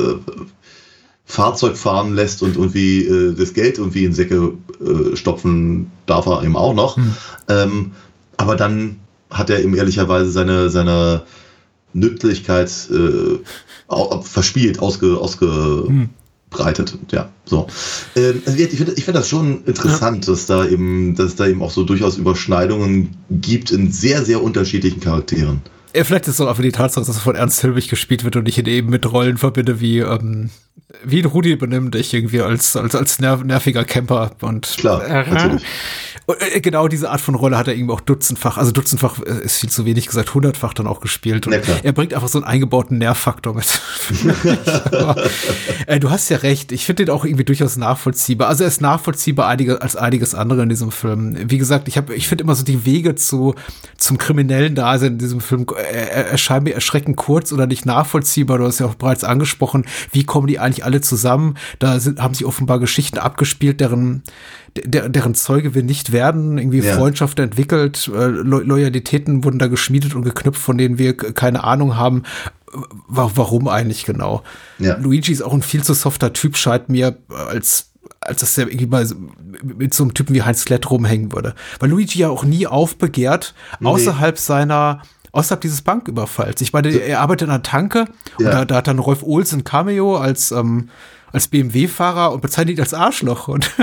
Fahrzeug fahren lässt und irgendwie das Geld irgendwie in Säcke stopfen darf er eben auch noch. Aber dann hat er eben ehrlicherweise seine Nützlichkeit verspielt, ausgebreitet. Ja, so. Also ich finde das schon interessant, dass es da eben auch so durchaus Überschneidungen gibt in sehr, sehr unterschiedlichen Charakteren. Ja, vielleicht ist es auch einfach die Tatsache, dass es von Ernst Hilbig gespielt wird und ich ihn eben mit Rollen verbinde, wie ein Rudi benimmt dich irgendwie als nerviger Camper. Und klar, natürlich. Und genau diese Art von Rolle hat er irgendwie auch dutzendfach ist viel zu wenig gesagt, 100-fach dann auch gespielt. Und er bringt einfach so einen eingebauten Nervfaktor mit. Aber, du hast ja recht, ich finde den auch irgendwie durchaus nachvollziehbar. Also er ist nachvollziehbar als einiges andere in diesem Film. Wie gesagt, ich finde immer so die Wege zum kriminellen Dasein in diesem Film erscheinen mir erschreckend kurz oder nicht nachvollziehbar. Du hast ja auch bereits angesprochen, wie kommen die eigentlich alle zusammen? Haben sich offenbar Geschichten abgespielt, deren Zeuge wir nicht werden, irgendwie Freundschaften entwickelt, Loyalitäten wurden da geschmiedet und geknüpft, von denen wir keine Ahnung haben. Warum eigentlich genau? Ja. Luigi ist auch ein viel zu softer Typ, scheint mir, als dass er irgendwie mal mit so einem Typen wie Heinz Klett rumhängen würde. Weil Luigi ja auch nie aufbegehrt, außerhalb dieses Banküberfalls. Ich meine, er arbeitet in einer Tanke und da hat dann Rolf Olsen Cameo als BMW-Fahrer und bezeichnet ihn als Arschloch und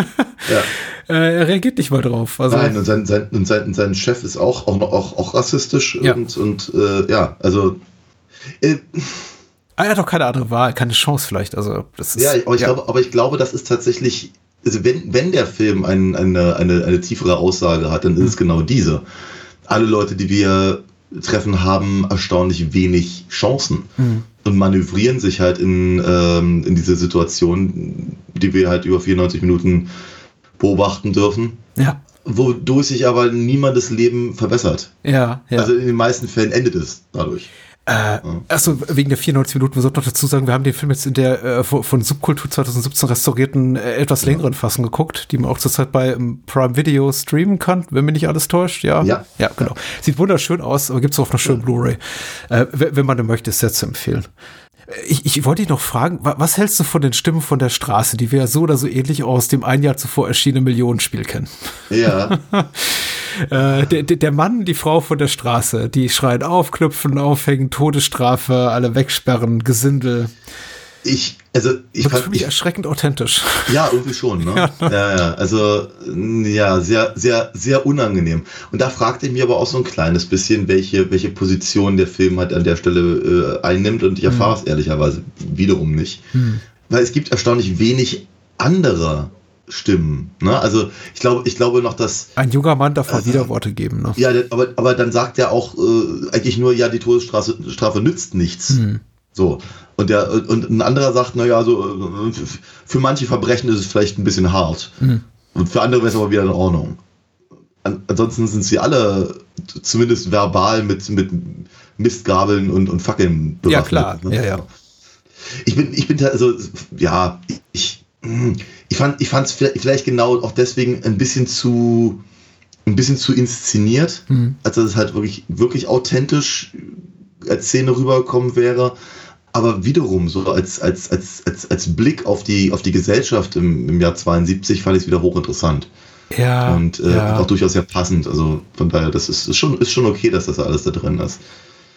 er reagiert nicht mal drauf. Also, nein, und sein Chef ist auch rassistisch und also er hat doch keine andere Wahl, keine Chance vielleicht. Also das ist, aber ich glaube, das ist tatsächlich, also wenn der Film eine tiefere Aussage hat, dann ist es genau diese. Alle Leute, die wir treffen, haben erstaunlich wenig Chancen und manövrieren sich halt in diese Situation, die wir halt über 94 Minuten beobachten dürfen. Ja. Wodurch sich aber niemandes Leben verbessert. Ja. Also in den meisten Fällen endet es dadurch. Achso, wegen der 94 Minuten, wir sollten noch dazu sagen, wir haben den Film jetzt in der von Subkultur 2017 restaurierten, etwas längeren Fassung geguckt, die man auch zurzeit bei Prime Video streamen kann, wenn mich nicht alles täuscht. Ja, genau. Sieht wunderschön aus, aber gibt es auch auf einer schönen Blu-ray. Wenn man den möchte, ist sehr zu empfehlen. Ich wollte dich noch fragen, was hältst du von den Stimmen von der Straße, die wir ja so oder so ähnlich aus dem ein Jahr zuvor erschienenen Millionenspiel kennen? Ja. Der Mann, die Frau von der Straße, die schreien aufknüpfen, aufhängen, Todesstrafe, alle wegsperren, Gesindel. Das ist für mich erschreckend authentisch. Ja, irgendwie schon, ne? Ja. Also, sehr, sehr, sehr unangenehm. Und da fragte ich mich aber auch so ein kleines bisschen, welche Position der Film halt an der Stelle einnimmt. Und ich erfahre es ehrlicherweise wiederum nicht. Weil es gibt erstaunlich wenig andere Stimmen. Ne? Also, ich glaube noch, dass... Ein junger Mann darf mal Widerworte geben. Ne? Ja, aber dann sagt er auch eigentlich nur, die Todesstrafe nützt nichts. So. Und ein anderer sagt, für manche Verbrechen ist es vielleicht ein bisschen hart. Und für andere wäre es aber wieder in Ordnung. Ansonsten sind sie alle zumindest verbal mit Mistgabeln und Fackeln bewaffnet. Ja, klar. Ne? Ja. Ich fand es vielleicht genau auch deswegen ein bisschen zu inszeniert, als dass es halt wirklich authentisch als Szene rübergekommen wäre. Aber wiederum, so als Blick auf die Gesellschaft im Jahr 72 fand ich es wieder hochinteressant. Ja. Und auch durchaus sehr passend. Also von daher, das ist schon okay, dass das alles da drin ist.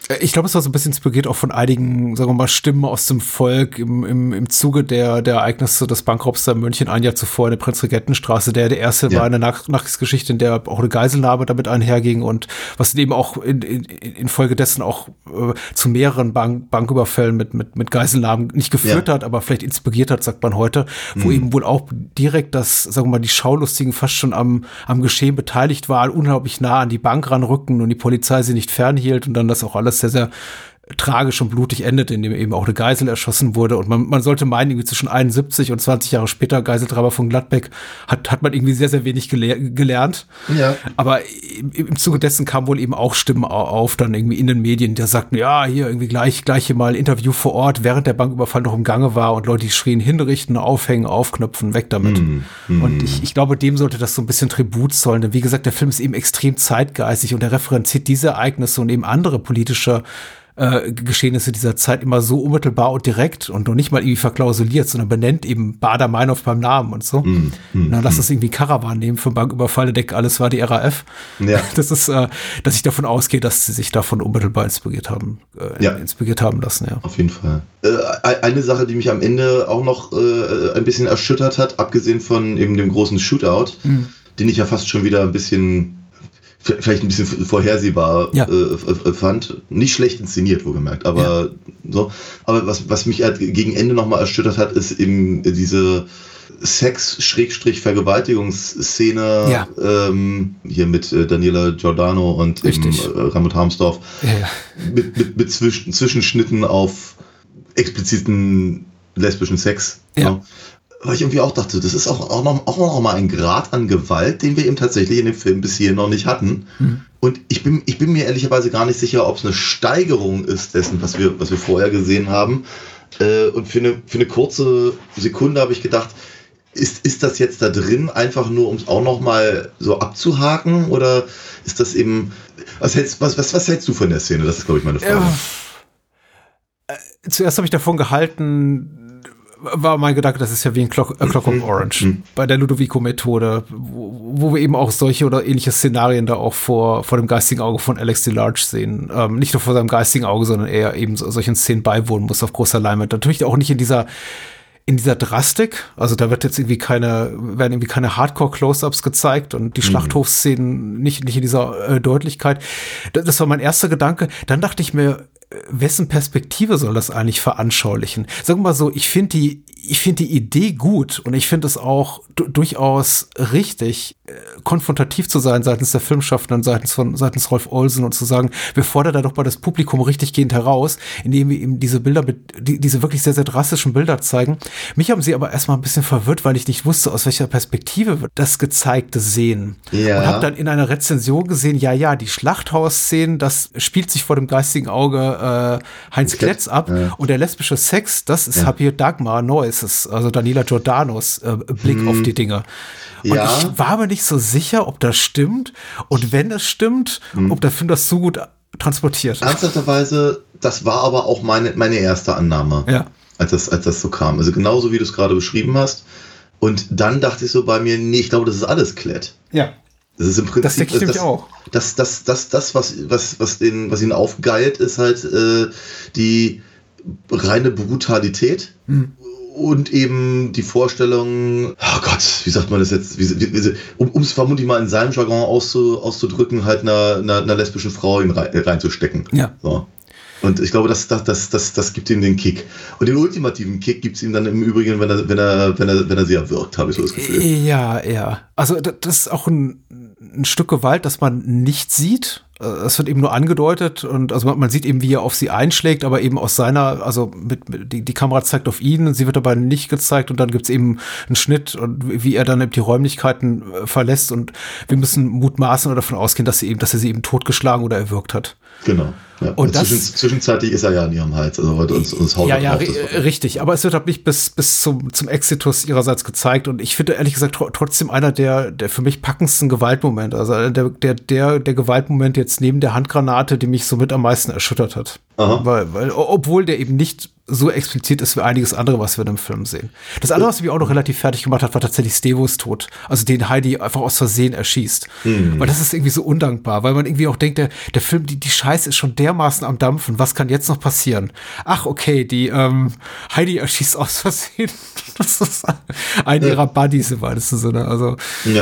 Ich glaube, es war so ein bisschen inspiriert auch von einigen, sagen wir mal, Stimmen aus dem Volk im Zuge der Ereignisse des Bankraubs da in München ein Jahr zuvor in der Prinzregentenstraße. Der erste war eine Nachkriegsgeschichte, in der auch eine Geiselnahme damit einherging und was eben auch in Folge dessen auch zu mehreren Banküberfällen mit Geiselnahmen nicht geführt hat, aber vielleicht inspiriert hat, sagt man heute, wo eben wohl auch direkt das, sagen wir mal, die Schaulustigen fast schon am Geschehen beteiligt waren, unglaublich nah an die Bank ranrückten und die Polizei sie nicht fernhielt und dann das auch alles sehr, sehr tragisch und blutig endet, indem eben auch eine Geisel erschossen wurde. Und man sollte meinen, irgendwie zwischen 71 und 20 Jahre später, Geiseltreiber von Gladbeck, hat man irgendwie sehr, sehr wenig gelernt. Ja. Aber im Zuge dessen kamen wohl eben auch Stimmen auf, dann irgendwie in den Medien, die sagten, ja, hier irgendwie gleich hier mal ein Interview vor Ort, während der Banküberfall noch im Gange war und Leute, die schrien, hinrichten, aufhängen, aufknöpfen, weg damit. Und ich glaube, dem sollte das so ein bisschen Tribut zollen. Denn wie gesagt, der Film ist eben extrem zeitgeistig und er referenziert diese Ereignisse und eben andere politische Geschehnisse dieser Zeit immer so unmittelbar und direkt und noch nicht mal irgendwie verklausuliert, sondern benennt eben Baader-Meinhof beim Namen und so. Dann lass das irgendwie Karawan nehmen für Banküberfall, der denkt, alles war die RAF. Ja. Das ist, dass ich davon ausgehe, dass sie sich davon unmittelbar inspiriert haben lassen. Ja. Auf jeden Fall. Eine Sache, die mich am Ende auch noch ein bisschen erschüttert hat, abgesehen von eben dem großen Shootout, den ich ja fast schon wieder ein bisschen vielleicht ein bisschen vorhersehbar fand. Nicht schlecht inszeniert, wohlgemerkt, aber so. Aber was mich halt gegen Ende nochmal erschüttert hat, ist eben diese Sex-Vergewaltigungsszene hier mit Daniela Giordano und Raimund Harmsdorf mit Zwischenschnitten auf expliziten lesbischen Sex. Ja. Weil ich irgendwie auch dachte, das ist auch noch mal ein Grad an Gewalt, den wir eben tatsächlich in dem Film bis hier noch nicht hatten. Und ich bin mir ehrlicherweise gar nicht sicher, ob es eine Steigerung ist dessen, was wir vorher gesehen haben. Und für eine kurze Sekunde habe ich gedacht, ist das jetzt da drin einfach nur, um es auch noch mal so abzuhaken? Oder ist das eben, was hältst du von der Szene? Das ist, glaube ich, meine Frage. Zuerst habe ich davon gehalten, war mein Gedanke, das ist ja wie ein Clockwork Orange bei der Ludovico-Methode, wo wir eben auch solche oder ähnliche Szenarien da auch vor dem geistigen Auge von Alex DeLarge sehen. Nicht nur vor seinem geistigen Auge, sondern eher eben solchen Szenen beiwohnen muss auf großer Leinwand. Natürlich auch nicht in dieser Drastik, also da werden irgendwie keine Hardcore-Close-Ups gezeigt und die Schlachthofszenen nicht in dieser Deutlichkeit. Das war mein erster Gedanke. Dann dachte ich mir, wessen Perspektive soll das eigentlich veranschaulichen? Sagen wir mal so, ich finde die Idee gut und ich finde es auch durchaus richtig, konfrontativ zu sein seitens der Filmschaffenden, seitens Rolf Olsen und zu sagen, wir fordern da doch mal das Publikum richtig gehend heraus, indem wir eben diese Bilder diese wirklich sehr, sehr drastischen Bilder zeigen. Mich haben sie aber erstmal ein bisschen verwirrt, weil ich nicht wusste, aus welcher Perspektive wird das Gezeigte sehen. Ja. Und habe dann in einer Rezension gesehen, die Schlachthaus-Szenen, das spielt sich vor dem geistigen Auge Heinz Kletz ab und der lesbische Sex, das ist Javier Dagmar Neuss, also Daniela Giordanos Blick auf die Dinge. Und ich war mir nicht so sicher, ob das stimmt und wenn das stimmt, ob der Film das so gut transportiert. Ernsthafterweise, das war aber auch meine erste Annahme, als das so kam. Also genauso wie du es gerade beschrieben hast. Und dann dachte ich so bei mir, nee, ich glaube, das ist alles Klett. Ja. Das ist im Prinzip, das denke ich nämlich auch. Das, was ihnen aufgeilt, ist halt die reine Brutalität und eben die Vorstellung, oh Gott, wie sagt man das jetzt, um es vermutlich mal in seinem Jargon auszudrücken, halt einer lesbischen Frau reinzustecken. Ja. So. Und ich glaube, das gibt ihm den Kick. Und den ultimativen Kick gibt es ihm dann im Übrigen, wenn er sie erwürgt, habe ich so das Gefühl. Ja. Also das ist auch ein Stück Gewalt, das man nicht sieht. Es wird eben nur angedeutet und also man sieht eben, wie er auf sie einschlägt, aber eben aus seiner, also die Kamera zeigt auf ihn und sie wird dabei nicht gezeigt und dann gibt es eben einen Schnitt und wie er dann eben die Räumlichkeiten verlässt und wir müssen mutmaßen oder davon ausgehen, dass er sie eben totgeschlagen oder erwürgt hat. Genau. Ja. Und zwischenzeitlich ist er ja an ihrem Hals, also heute uns haut richtig, aber es wird halt nicht bis zum Exitus ihrerseits gezeigt und ich finde ehrlich gesagt trotzdem einer der für mich packendsten Gewaltmomente, also der Gewaltmoment jetzt neben der Handgranate, die mich somit am meisten erschüttert hat. Weil obwohl der eben nicht so explizit ist wie einiges andere, was wir in dem Film sehen. Das andere, was mich auch noch relativ fertig gemacht hat, war tatsächlich Stevos Tod. Also den Heidi einfach aus Versehen erschießt. Weil das ist irgendwie so undankbar, weil man irgendwie auch denkt, der Film, die Scheiße ist schon dermaßen am Dampfen. Was kann jetzt noch passieren? Ach, okay, die Heidi erschießt aus Versehen. Das ist ein ihrer Buddies im weitesten Sinne. Also,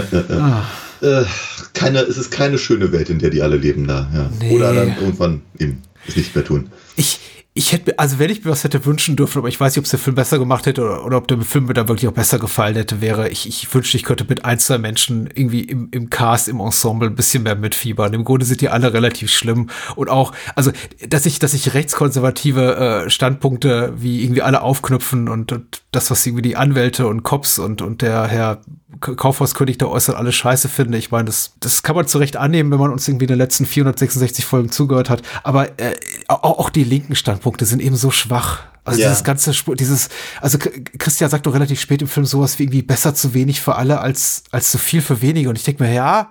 es ist keine schöne Welt, in der die alle leben da. Ja. Nee. Oder dann irgendwann eben es nicht mehr tun. Ich hätte, also wenn ich mir was hätte wünschen dürfen, aber ich weiß nicht, ob es der Film besser gemacht hätte oder ob der Film mir dann wirklich auch besser gefallen hätte, wäre, ich wünschte, ich könnte mit 1, 2 Menschen irgendwie im Cast, im Ensemble ein bisschen mehr mitfiebern. Im Grunde sind die alle relativ schlimm und auch, also, dass ich rechtskonservative Standpunkte wie irgendwie alle aufknüpfen und das, was irgendwie die Anwälte und Cops und der Herr Kaufhauskönig da äußert, alle scheiße finde. Ich meine, das kann man zu Recht annehmen, wenn man uns irgendwie in den letzten 466 Folgen zugehört hat. Aber auch die linken Standpunkte sind eben so schwach. Also dieses ganze, also Christian sagt doch relativ spät im Film sowas wie irgendwie besser zu wenig für alle als zu viel für wenige. Und ich denke mir,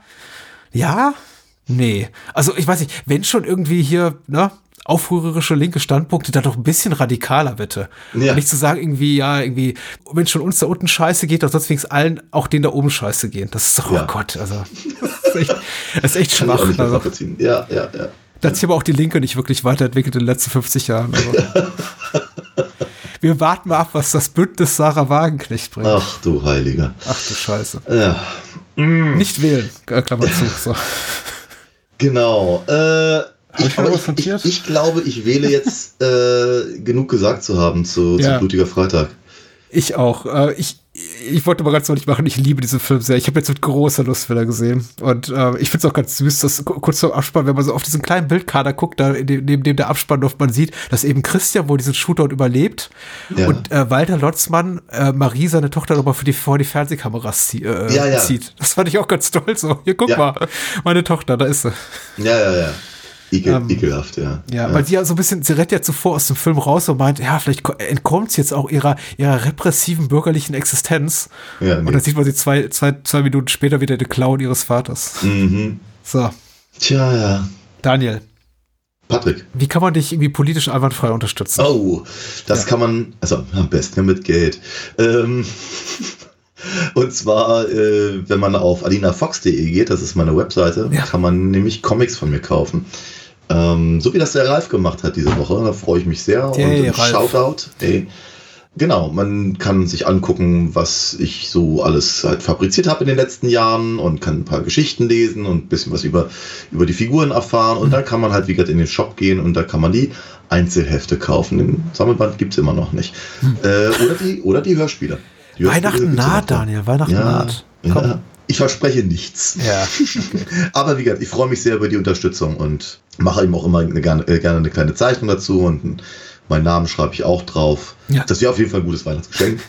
nee. Also ich weiß nicht, wenn schon irgendwie hier, ne, aufrührerische linke Standpunkte, dann doch ein bisschen radikaler, bitte. Ja. Und nicht zu sagen, irgendwie, wenn schon uns da unten scheiße geht, dann soll es wenigstens allen, auch denen da oben scheiße gehen. Das ist doch, oh Gott, also, das ist echt schwach. Also. Ja. Da hat sich aber auch die Linke nicht wirklich weiterentwickelt in den letzten 50 Jahren. Also. Wir warten mal ab, was das Bündnis Sarah Wagenknecht bringt. Ach du Heiliger. Ach du Scheiße. Ja. Nicht wählen, Klammer zu. So. Genau. Ich glaube, ich wähle jetzt genug gesagt zu haben zu Blutiger Freitag. Ich auch. Ich wollte mal ganz deutlich machen, ich liebe diesen Film sehr. Ich habe jetzt mit großer Lust wieder gesehen. Und ich finde es auch ganz süß, dass kurz vor dem Abspann, wenn man so auf diesen kleinen Bildkader guckt, da neben dem der Abspann oft man sieht, dass eben Christian wohl diesen Shootout überlebt und Walter Lotzmann Marie, seine Tochter, nochmal vor die Fernsehkameras zieht. Das fand ich auch ganz toll. So, hier, guck mal, meine Tochter, da ist sie. Ja. Ekelhaft, ja. Ja, weil sie ja so ein bisschen, sie rennt ja zuvor aus dem Film raus und meint, ja, vielleicht entkommt sie jetzt auch ihrer repressiven bürgerlichen Existenz. Ja, nee. Und dann sieht man sie zwei Minuten später wieder den Clown ihres Vaters. Mhm. So. Tja, ja. Daniel. Patrick. Wie kann man dich irgendwie politisch einwandfrei unterstützen? Oh, das kann man, also am besten mit Geld. Und zwar, wenn man auf alinafox.de geht, das ist meine Webseite, kann man nämlich Comics von mir kaufen. So wie das der Ralf gemacht hat diese Woche, da freue ich mich sehr. Hey, und Shoutout. Genau, man kann sich angucken, was ich so alles halt fabriziert habe in den letzten Jahren und kann ein paar Geschichten lesen und ein bisschen was über die Figuren erfahren. Und dann kann man halt, wie gesagt, in den Shop gehen und da kann man die Einzelhefte kaufen. Den Sammelband gibt es immer noch nicht. Oder die Hörspiele. Weihnachten naht, Daniel, Weihnachten naht. Ja, ich verspreche nichts. Ja, okay. Aber wie gesagt, ich freue mich sehr über die Unterstützung und mache ihm auch immer gerne eine kleine Zeichnung dazu und meinen Namen schreibe ich auch drauf. Ja. Das wäre auf jeden Fall ein gutes Weihnachtsgeschenk.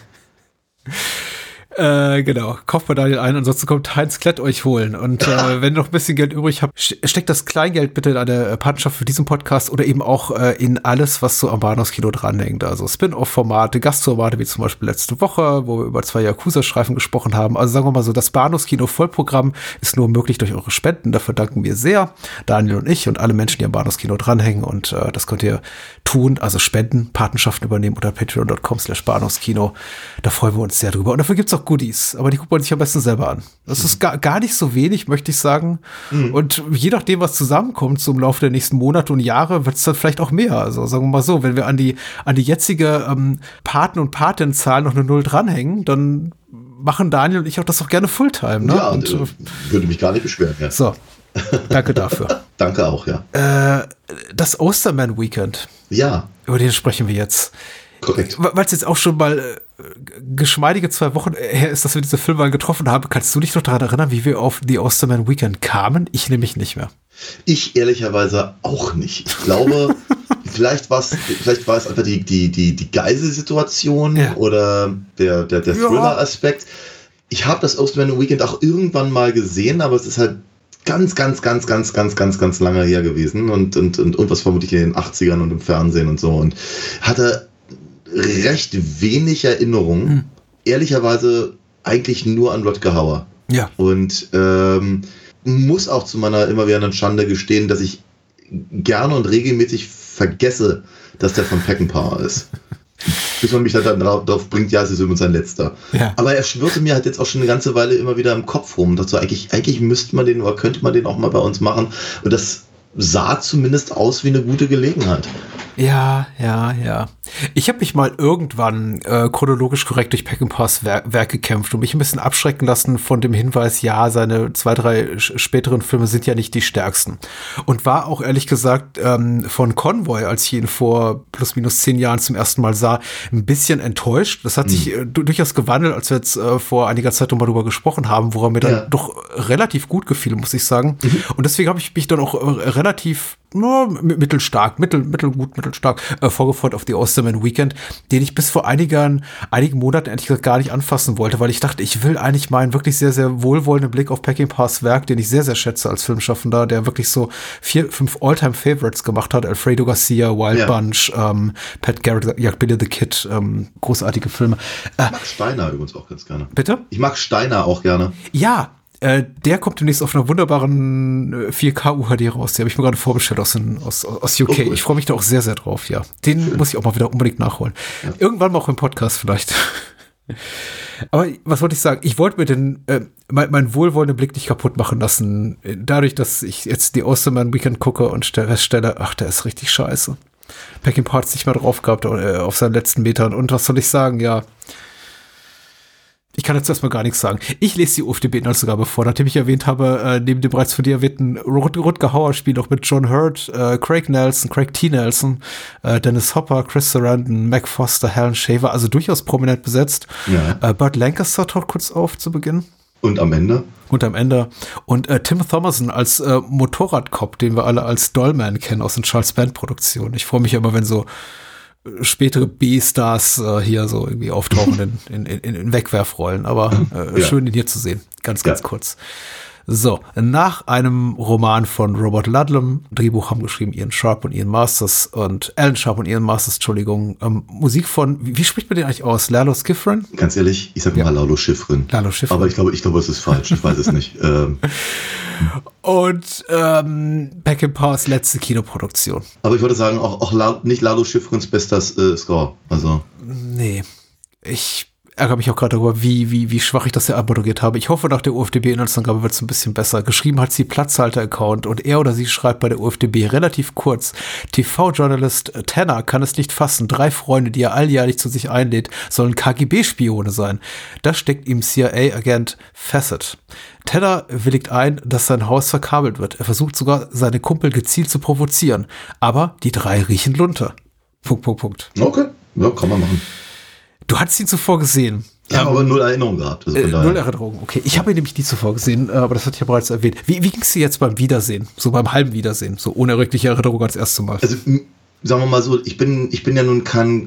Genau, kauft bei Daniel ein, ansonsten kommt Heinz Klett euch holen. Und wenn ihr noch ein bisschen Geld übrig habt, steckt das Kleingeld bitte in eine Partnerschaft für diesen Podcast oder eben auch in alles, was so am Bahnhofskino dranhängt. Also Spin-off-Formate, Gastformate wie zum Beispiel letzte Woche, wo wir über 2 Yakuza-Streifen gesprochen haben. Also sagen wir mal so, das Bahnhofskino-Vollprogramm ist nur möglich durch eure Spenden. Dafür danken wir sehr, Daniel und ich und alle Menschen, die am Bahnhofskino dranhängen. Und das könnt ihr tun, also Spenden, Patenschaften übernehmen unter patreon.com/Bahnhofskino. Da freuen wir uns sehr drüber. Und dafür gibt's auch Goodies, aber die guckt man sich am besten selber an. Das ist gar nicht so wenig, möchte ich sagen. Und je nachdem, was zusammenkommt, so im Laufe der nächsten Monate und Jahre, wird es dann vielleicht auch mehr. Also sagen wir mal so, wenn wir an die jetzige Paten- und Patenzahl noch eine 0 dranhängen, dann machen Daniel und ich auch das auch gerne Fulltime. Ne? Ja, und würde mich gar nicht beschweren. Ja. So, danke dafür. Danke auch, ja. Das Osterman-Weekend. Ja. Über den sprechen wir jetzt. Korrekt. Weil es jetzt auch schon mal geschmeidige 2 Wochen her ist, dass wir diese Filme getroffen haben. Kannst du dich noch daran erinnern, wie wir auf The Osterman Weekend kamen? Ich nämlich nicht mehr. Ich ehrlicherweise auch nicht. Ich glaube, vielleicht war es einfach die Geiselsituation oder der Thriller-Aspekt. Ich habe das Osterman Weekend auch irgendwann mal gesehen, aber es ist halt ganz lange her gewesen und was vermutlich in den 80ern und im Fernsehen und so und hatte recht wenig Erinnerungen. Ehrlicherweise eigentlich nur an Rutger Hauer. Ja. Und muss auch zu meiner immer wieder Schande gestehen, dass ich gerne und regelmäßig vergesse, dass der von Peckinpah ist. bis man mich dann darauf bringt, ja, es ist übrigens sein letzter. Ja. Aber er schwirrte mir halt jetzt auch schon eine ganze Weile immer wieder im Kopf rum. Dazu eigentlich müsste man den oder könnte man den auch mal bei uns machen. Und das sah zumindest aus wie eine gute Gelegenheit. Ja. Ich habe mich mal irgendwann chronologisch korrekt durch Peckinpahs Werk gekämpft und mich ein bisschen abschrecken lassen von dem Hinweis, ja, seine 2, 3 späteren Filme sind ja nicht die stärksten. Und war auch ehrlich gesagt von Convoy, als ich ihn vor plus minus 10 Jahren zum ersten Mal sah, ein bisschen enttäuscht. Das hat sich durchaus gewandelt, als wir jetzt vor einiger Zeit nochmal drüber gesprochen haben, woran mir dann doch relativ gut gefiel, muss ich sagen. Und deswegen habe ich mich dann auch relativ mittelstark vorgefreut auf The Osterman Weekend, den ich bis vor einigen Monaten ehrlich gesagt gar nicht anfassen wollte, weil ich dachte, ich will eigentlich meinen wirklich sehr, sehr wohlwollenden Blick auf Peckinpahs Werk, den ich sehr, sehr schätze als Filmschaffender, der wirklich so 4, 5 All-Time-Favorites gemacht hat, Alfredo Garcia, Wild Bunch, Pat Garrett, jagt Billy the Kid, großartige Filme. Ich mag Steiner übrigens auch ganz gerne. Bitte? Ich mag Steiner auch gerne. Ja, der kommt demnächst auf einer wunderbaren 4K UHD raus. Die habe ich mir gerade vorbestellt aus UK. cool. Ich freue mich da auch sehr, sehr drauf, ja. Den muss ich auch mal wieder unbedingt nachholen. Ja. Irgendwann mal auch im Podcast vielleicht. Aber was wollte ich sagen? Ich wollte mir meinen wohlwollenden Blick nicht kaputt machen lassen. Dadurch, dass ich jetzt die Osterman Weekend gucke und feststelle, ach, der ist richtig scheiße. Peckinpah hat es nicht mehr drauf gehabt auf seinen letzten Metern. Und was soll ich sagen? Ja, ich kann jetzt erstmal gar nichts sagen. Ich lese die UFDB-Inhaltsangabe vor, nachdem ich erwähnt habe, neben dem bereits von dir erwähnten Rutger Hauer-Spiel noch mit John Hurt, Craig T. Nelson, Dennis Hopper, Chris Sarandon, Mac Foster, Helen Shaver, also durchaus prominent besetzt. Ja. Burt Lancaster taucht kurz auf zu Beginn. Und am Ende. Und Tim Thomerson als Motorradcop, den wir alle als Dollman kennen aus den Charles Band-Produktionen. Ich freue mich immer, wenn so spätere B-Stars hier so irgendwie auftauchen in Wegwerfrollen, aber schön, ihn hier zu sehen. Ganz kurz. So, nach einem Roman von Robert Ludlum, Drehbuch haben geschrieben Ian Sharp und Ian Masters und Alan Sharp und Ian Masters, Entschuldigung, Musik von, wie spricht man den eigentlich aus? Lalo Schifrin? Ganz ehrlich, ich sag mal Lalo Schifrin. Aber ich glaube, es ist falsch, ich weiß es nicht. Und Peckinpahs letzte Kinoproduktion. Aber ich würde sagen, auch nicht Lalo Schifrins bester Score. Also. Nee, ich ärgere mich auch gerade darüber, wie schwach ich das ja abmoderiert habe. Ich hoffe, nach der UFDB-Inhaltsangabe wird es ein bisschen besser. Geschrieben hat sie Platzhalter-Account und er oder sie schreibt bei der UFDB relativ kurz: TV-Journalist Tanner kann es nicht fassen. 3 Freunde, die er alljährlich zu sich einlädt, sollen KGB-Spione sein. Das steckt ihm CIA-Agent Fassett. Tanner willigt ein, dass sein Haus verkabelt wird. Er versucht sogar, seine Kumpel gezielt zu provozieren. Aber die 3 riechen Lunte. Punkt. Okay, ja, kann man machen. Du hattest ihn zuvor gesehen. Ja, aber 0 Erinnerung gehabt. Also 0 Erinnerung, okay. Ich habe ihn nämlich nie zuvor gesehen, aber das hatte ich ja bereits erwähnt. Wie ging es dir jetzt beim Wiedersehen? So beim halben Wiedersehen? So ohne wirkliche Erinnerung als erstes Mal? Also, sagen wir mal so, ich bin ja nun kein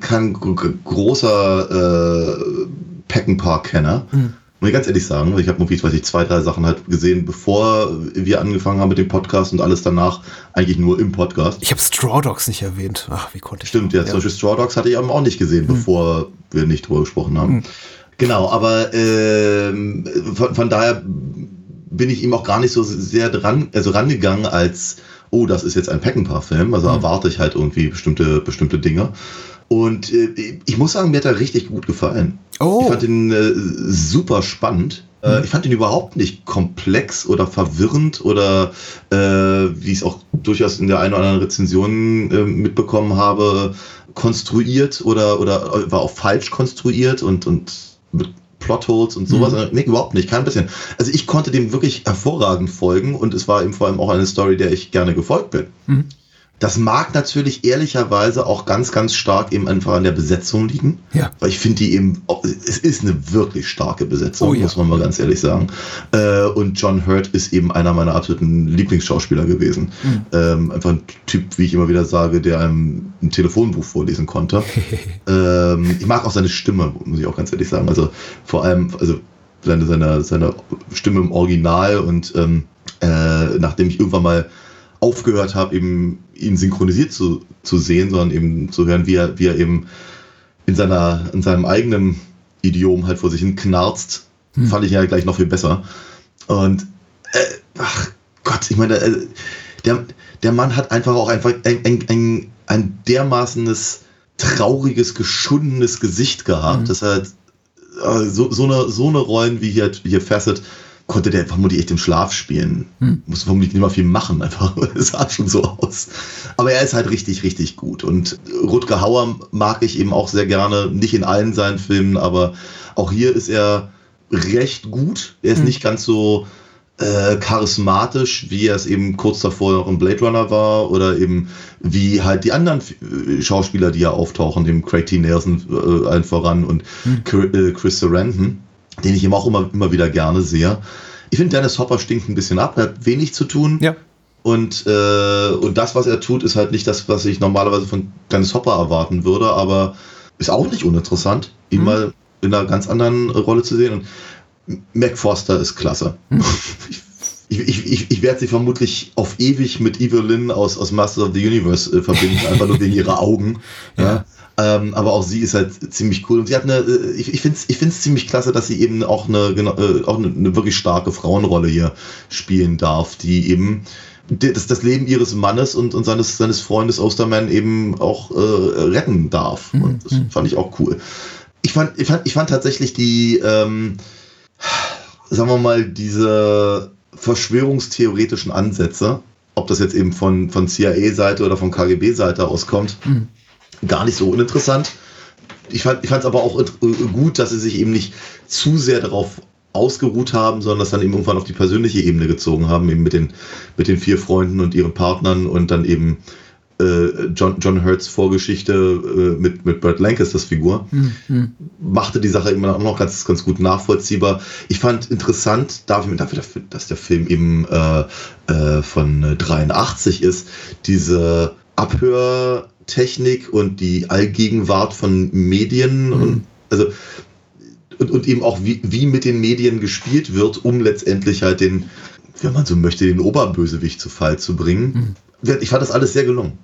großer Peckinpah-Kenner. Muss ich ganz ehrlich sagen, ich habe irgendwie, 2, 3 Sachen halt gesehen, bevor wir angefangen haben mit dem Podcast und alles danach eigentlich nur im Podcast. Ich habe Straw Dogs nicht erwähnt. Ach, wie konnte ich? Stimmt, ja, zum Beispiel Straw Dogs hatte ich aber auch nicht gesehen, bevor wir nicht drüber gesprochen haben. Genau, aber von daher bin ich ihm auch gar nicht so sehr rangegangen als, oh, das ist jetzt ein Peckinpah-Film, also erwarte ich halt irgendwie bestimmte Dinge. Und ich muss sagen, mir hat er richtig gut gefallen. Ich fand ihn super spannend. Ich fand ihn überhaupt nicht komplex oder verwirrend oder wie ich es auch durchaus in der einen oder anderen Rezension mitbekommen habe, konstruiert oder war auch falsch konstruiert und mit Plotholes und sowas. Nee, überhaupt nicht, kein bisschen. Also ich konnte dem wirklich hervorragend folgen und es war eben vor allem auch eine Story, der ich gerne gefolgt bin. Das mag natürlich ehrlicherweise auch ganz, ganz stark eben einfach an der Besetzung liegen. Ja. Weil ich finde die eben, es ist eine wirklich starke Besetzung, muss man mal ganz ehrlich sagen. Und John Hurt ist eben einer meiner absoluten Lieblingsschauspieler gewesen. Einfach ein Typ, wie ich immer wieder sage, der einem ein Telefonbuch vorlesen konnte. Ich mag auch seine Stimme, muss ich auch ganz ehrlich sagen. Also vor allem, also seine Stimme im Original und nachdem ich irgendwann mal aufgehört habe, eben ihn synchronisiert zu sehen, sondern eben zu hören, wie er eben in seinem eigenen Idiom halt vor sich hin knarzt, fand ich ja gleich noch viel besser. Und ach Gott, ich meine, der Mann hat einfach ein dermaßenes trauriges, geschundenes Gesicht gehabt. Das hat so eine Rollen wie hier Facet konnte der vermutlich echt im Schlaf spielen. Muss vermutlich nicht mal viel machen, einfach. Es sah schon so aus. Aber er ist halt richtig, richtig gut. Und Rutger Hauer mag ich eben auch sehr gerne. Nicht in allen seinen Filmen, aber auch hier ist er recht gut. Er ist nicht ganz so charismatisch, wie er es eben kurz davor noch im Blade Runner war oder eben wie halt die anderen Schauspieler, die ja auftauchen, dem Craig T. Nelson allen voran und Chris Sarandon, den ich eben auch immer wieder gerne sehe. Ich finde, Dennis Hopper stinkt ein bisschen ab, er hat wenig zu tun. Ja. Und das, was er tut, ist halt nicht das, was ich normalerweise von Dennis Hopper erwarten würde, aber ist auch nicht uninteressant, ihn mal in einer ganz anderen Rolle zu sehen. Und Meg Foster ist klasse. Ich werde sie vermutlich auf ewig mit Evelyn aus Masters of the Universe verbinden, einfach nur wegen ihrer Augen. Ja. Aber auch sie ist halt ziemlich cool. Und sie hat ich finde es ziemlich klasse, dass sie eben auch eine wirklich starke Frauenrolle hier spielen darf, die eben das Leben ihres Mannes und seines Freundes Osterman eben auch retten darf. Und das fand ich auch cool. Ich fand tatsächlich die, sagen wir mal, diese verschwörungstheoretischen Ansätze, ob das jetzt eben von CIA-Seite oder von KGB-Seite auskommt, gar nicht so uninteressant. Ich fand es aber auch gut, dass sie sich eben nicht zu sehr darauf ausgeruht haben, sondern das dann eben irgendwann auf die persönliche Ebene gezogen haben, eben mit den 4 Freunden und ihren Partnern und dann eben John Hurts Vorgeschichte mit Burt Lancasters Figur machte die Sache immer auch noch ganz, ganz gut nachvollziehbar. Ich fand interessant, dafür, dass der Film eben von 83 ist, diese Abhörtechnik und die Allgegenwart von Medien und eben auch wie mit den Medien gespielt wird, um letztendlich halt den, wenn man so möchte, den Oberbösewicht zu Fall zu bringen. Ich fand das alles sehr gelungen.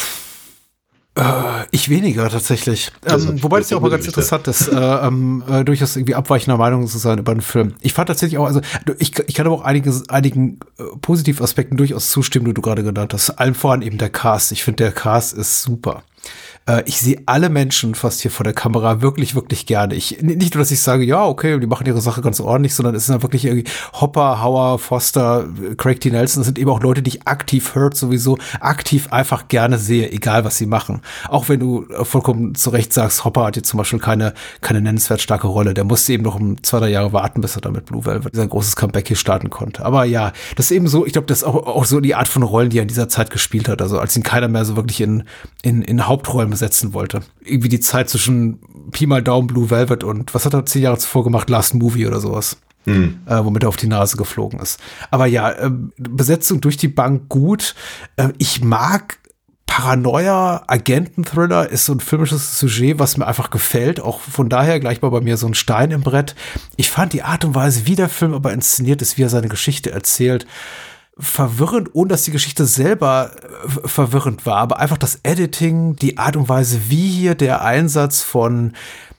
Ich weniger tatsächlich. Wobei es ja auch mal ganz interessant ist, durchaus irgendwie abweichender Meinung zu sein über einen Film. Ich fand tatsächlich auch, also ich kann aber auch einigen Positivaspekten durchaus zustimmen, die du gerade genannt hast. Allem voran eben der Cast. Ich finde, der Cast ist super. Ich sehe alle Menschen fast hier vor der Kamera wirklich, wirklich gerne. Nicht nur, dass ich sage, ja, okay, die machen ihre Sache ganz ordentlich, sondern es sind dann wirklich irgendwie Hopper, Hauer, Foster, Craig T. Nelson. Das sind eben auch Leute, die ich aktiv sowieso aktiv einfach gerne sehe, egal was sie machen. Auch wenn du vollkommen zu Recht sagst, Hopper hat jetzt zum Beispiel keine nennenswert starke Rolle. Der musste eben noch 2-3 Jahre warten, bis er dann mit Blue Velvet sein großes Comeback hier starten konnte. Aber ja, das ist eben so, ich glaube, das ist auch so die Art von Rollen, die er in dieser Zeit gespielt hat. Also als ihn keiner mehr so wirklich in Hauptrollen setzen wollte. Irgendwie die Zeit zwischen Pi mal Daumen, Blue Velvet und was hat er 10 Jahre zuvor gemacht? Last Movie oder sowas. Womit er auf die Nase geflogen ist. Aber ja, Besetzung durch die Bank gut. Ich mag Paranoia, Agenten-Thriller ist so ein filmisches Sujet, was mir einfach gefällt. Auch von daher gleich mal bei mir so ein Stein im Brett. Ich fand die Art und Weise, wie der Film aber inszeniert ist, wie er seine Geschichte erzählt, verwirrend, ohne dass die Geschichte selber verwirrend war, aber einfach das Editing, die Art und Weise, wie hier der Einsatz von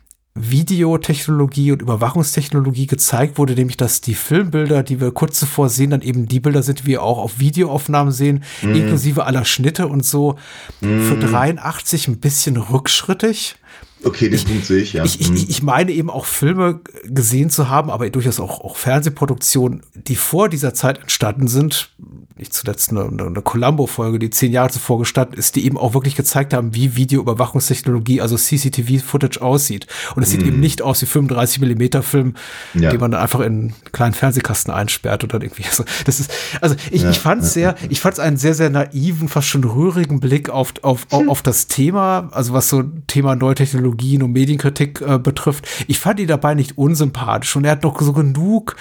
Videotechnologie und Überwachungstechnologie gezeigt wurde, nämlich dass die Filmbilder, die wir kurz zuvor sehen, dann eben die Bilder sind, die wir auch auf Videoaufnahmen sehen, inklusive aller Schnitte und so. Für 83 ein bisschen rückschrittig. Okay, den Punkt sehe ich, ja. Ich meine eben auch Filme gesehen zu haben, aber durchaus auch Fernsehproduktionen, die vor dieser Zeit entstanden sind. Nicht zuletzt eine Columbo-Folge, die 10 Jahre zuvor gestanden ist, die eben auch wirklich gezeigt haben, wie Videoüberwachungstechnologie, also CCTV-Footage aussieht. Und es sieht eben nicht aus wie 35mm-Film, den man dann einfach in einen kleinen Fernsehkasten einsperrt oder irgendwie so. Das ist, also ich fand es einen sehr, sehr naiven, fast schon rührigen Blick auf das Thema, also was so Thema neue Technologien und Medienkritik betrifft. Ich fand ihn dabei nicht unsympathisch und er hat noch so genug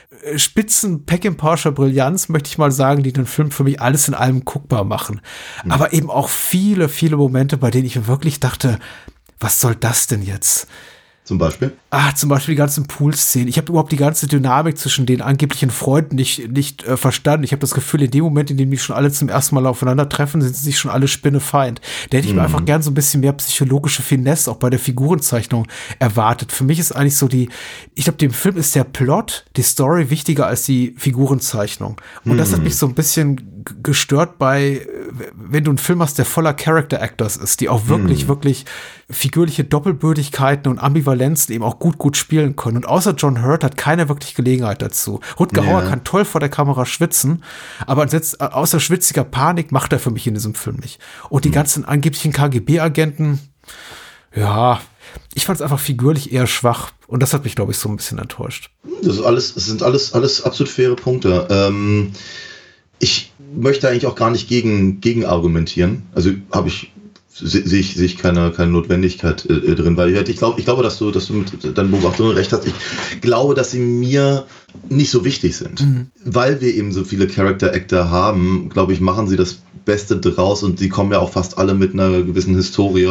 Spitzen Peckinpahscher Brillanz, möchte ich mal sagen, die den Film für mich alles in allem guckbar machen. Aber eben auch viele, viele Momente, bei denen ich mir wirklich dachte, was soll das denn jetzt? Zum Beispiel? Zum Beispiel die ganzen Pool-Szenen. Ich habe überhaupt die ganze Dynamik zwischen den angeblichen Freunden nicht verstanden. Ich habe das Gefühl, in dem Moment, in dem die schon alle zum ersten Mal aufeinander treffen, sind sie sich schon alle spinnefeind. Da hätte ich mir einfach gern so ein bisschen mehr psychologische Finesse auch bei der Figurenzeichnung erwartet. Für mich ist eigentlich so ich glaube, dem Film ist der Plot, die Story wichtiger als die Figurenzeichnung. Und das hat mich so ein bisschen gestört bei, wenn du einen Film hast, der voller Character Actors ist, die auch wirklich, wirklich figürliche Doppelbödigkeiten und Ambivalenzen eben auch gut spielen können. Und außer John Hurt hat keiner wirklich Gelegenheit dazu. Rutger Hauer kann toll vor der Kamera schwitzen, aber außer schwitziger Panik macht er für mich in diesem Film nicht. Und die ganzen angeblichen KGB-Agenten, ja, ich fand es einfach figürlich eher schwach. Und das hat mich, glaube ich, so ein bisschen enttäuscht. Das sind alles absolut faire Punkte. Ich möchte eigentlich auch gar nicht gegen argumentieren. Also sehe ich keine Notwendigkeit drin, weil ich glaube, dass du mit deinen Beobachtungen recht hast. Ich glaube, dass sie mir nicht so wichtig sind. Weil wir eben so viele Character Actor haben, glaube ich, machen sie das Beste draus und die kommen ja auch fast alle mit einer gewissen Historie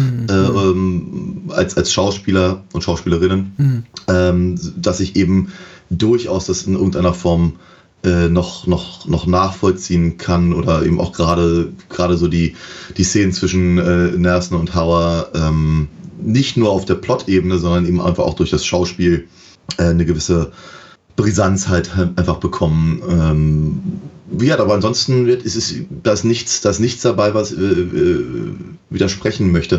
als Schauspieler und Schauspielerinnen, dass ich eben durchaus das in irgendeiner Form noch nachvollziehen kann oder eben auch gerade so die Szenen zwischen Nelson und Hauer nicht nur auf der Plot-Ebene, sondern eben einfach auch durch das Schauspiel eine gewisse Brisanz halt einfach bekommen. Aber ansonsten da ist nichts dabei, was widersprechen möchte.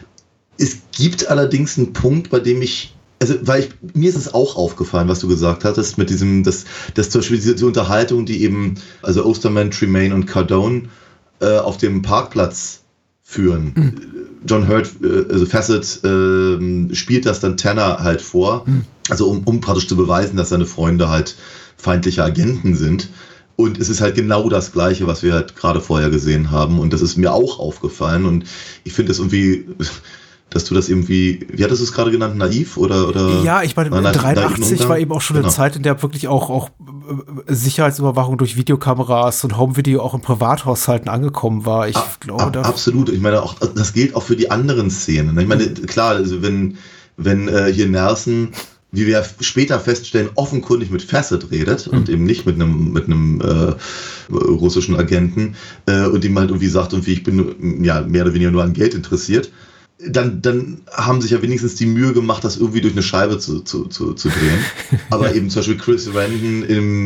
Es gibt allerdings einen Punkt, bei dem mir ist es auch aufgefallen, was du gesagt hattest, mit diesem, dass zum Beispiel diese Unterhaltung, die eben, also Osterman, Tremaine und Cardone auf dem Parkplatz führen. John Hurt, also Facet, spielt das dann Tanner halt vor, also um praktisch zu beweisen, dass seine Freunde halt feindliche Agenten sind. Und es ist halt genau das Gleiche, was wir halt gerade vorher gesehen haben. Und das ist mir auch aufgefallen. Und ich finde es irgendwie, dass du das irgendwie, wie hattest du es gerade genannt, naiv oder? Ja, ich meine, 83 war eben auch schon eine Zeit, in der wirklich auch Sicherheitsüberwachung durch Videokameras und Homevideo auch in Privathaushalten angekommen war. Ich glaube, absolut. Ich meine, auch das gilt auch für die anderen Szenen. Ich meine, klar, also wenn hier Nelson, wie wir später feststellen, offenkundig mit Facet redet und eben nicht mit einem russischen Agenten und ihm halt irgendwie sagt, ich bin ja mehr oder weniger nur an Geld interessiert, dann haben sich ja wenigstens die Mühe gemacht, das irgendwie durch eine Scheibe zu drehen. Aber eben zum Beispiel Chris Randon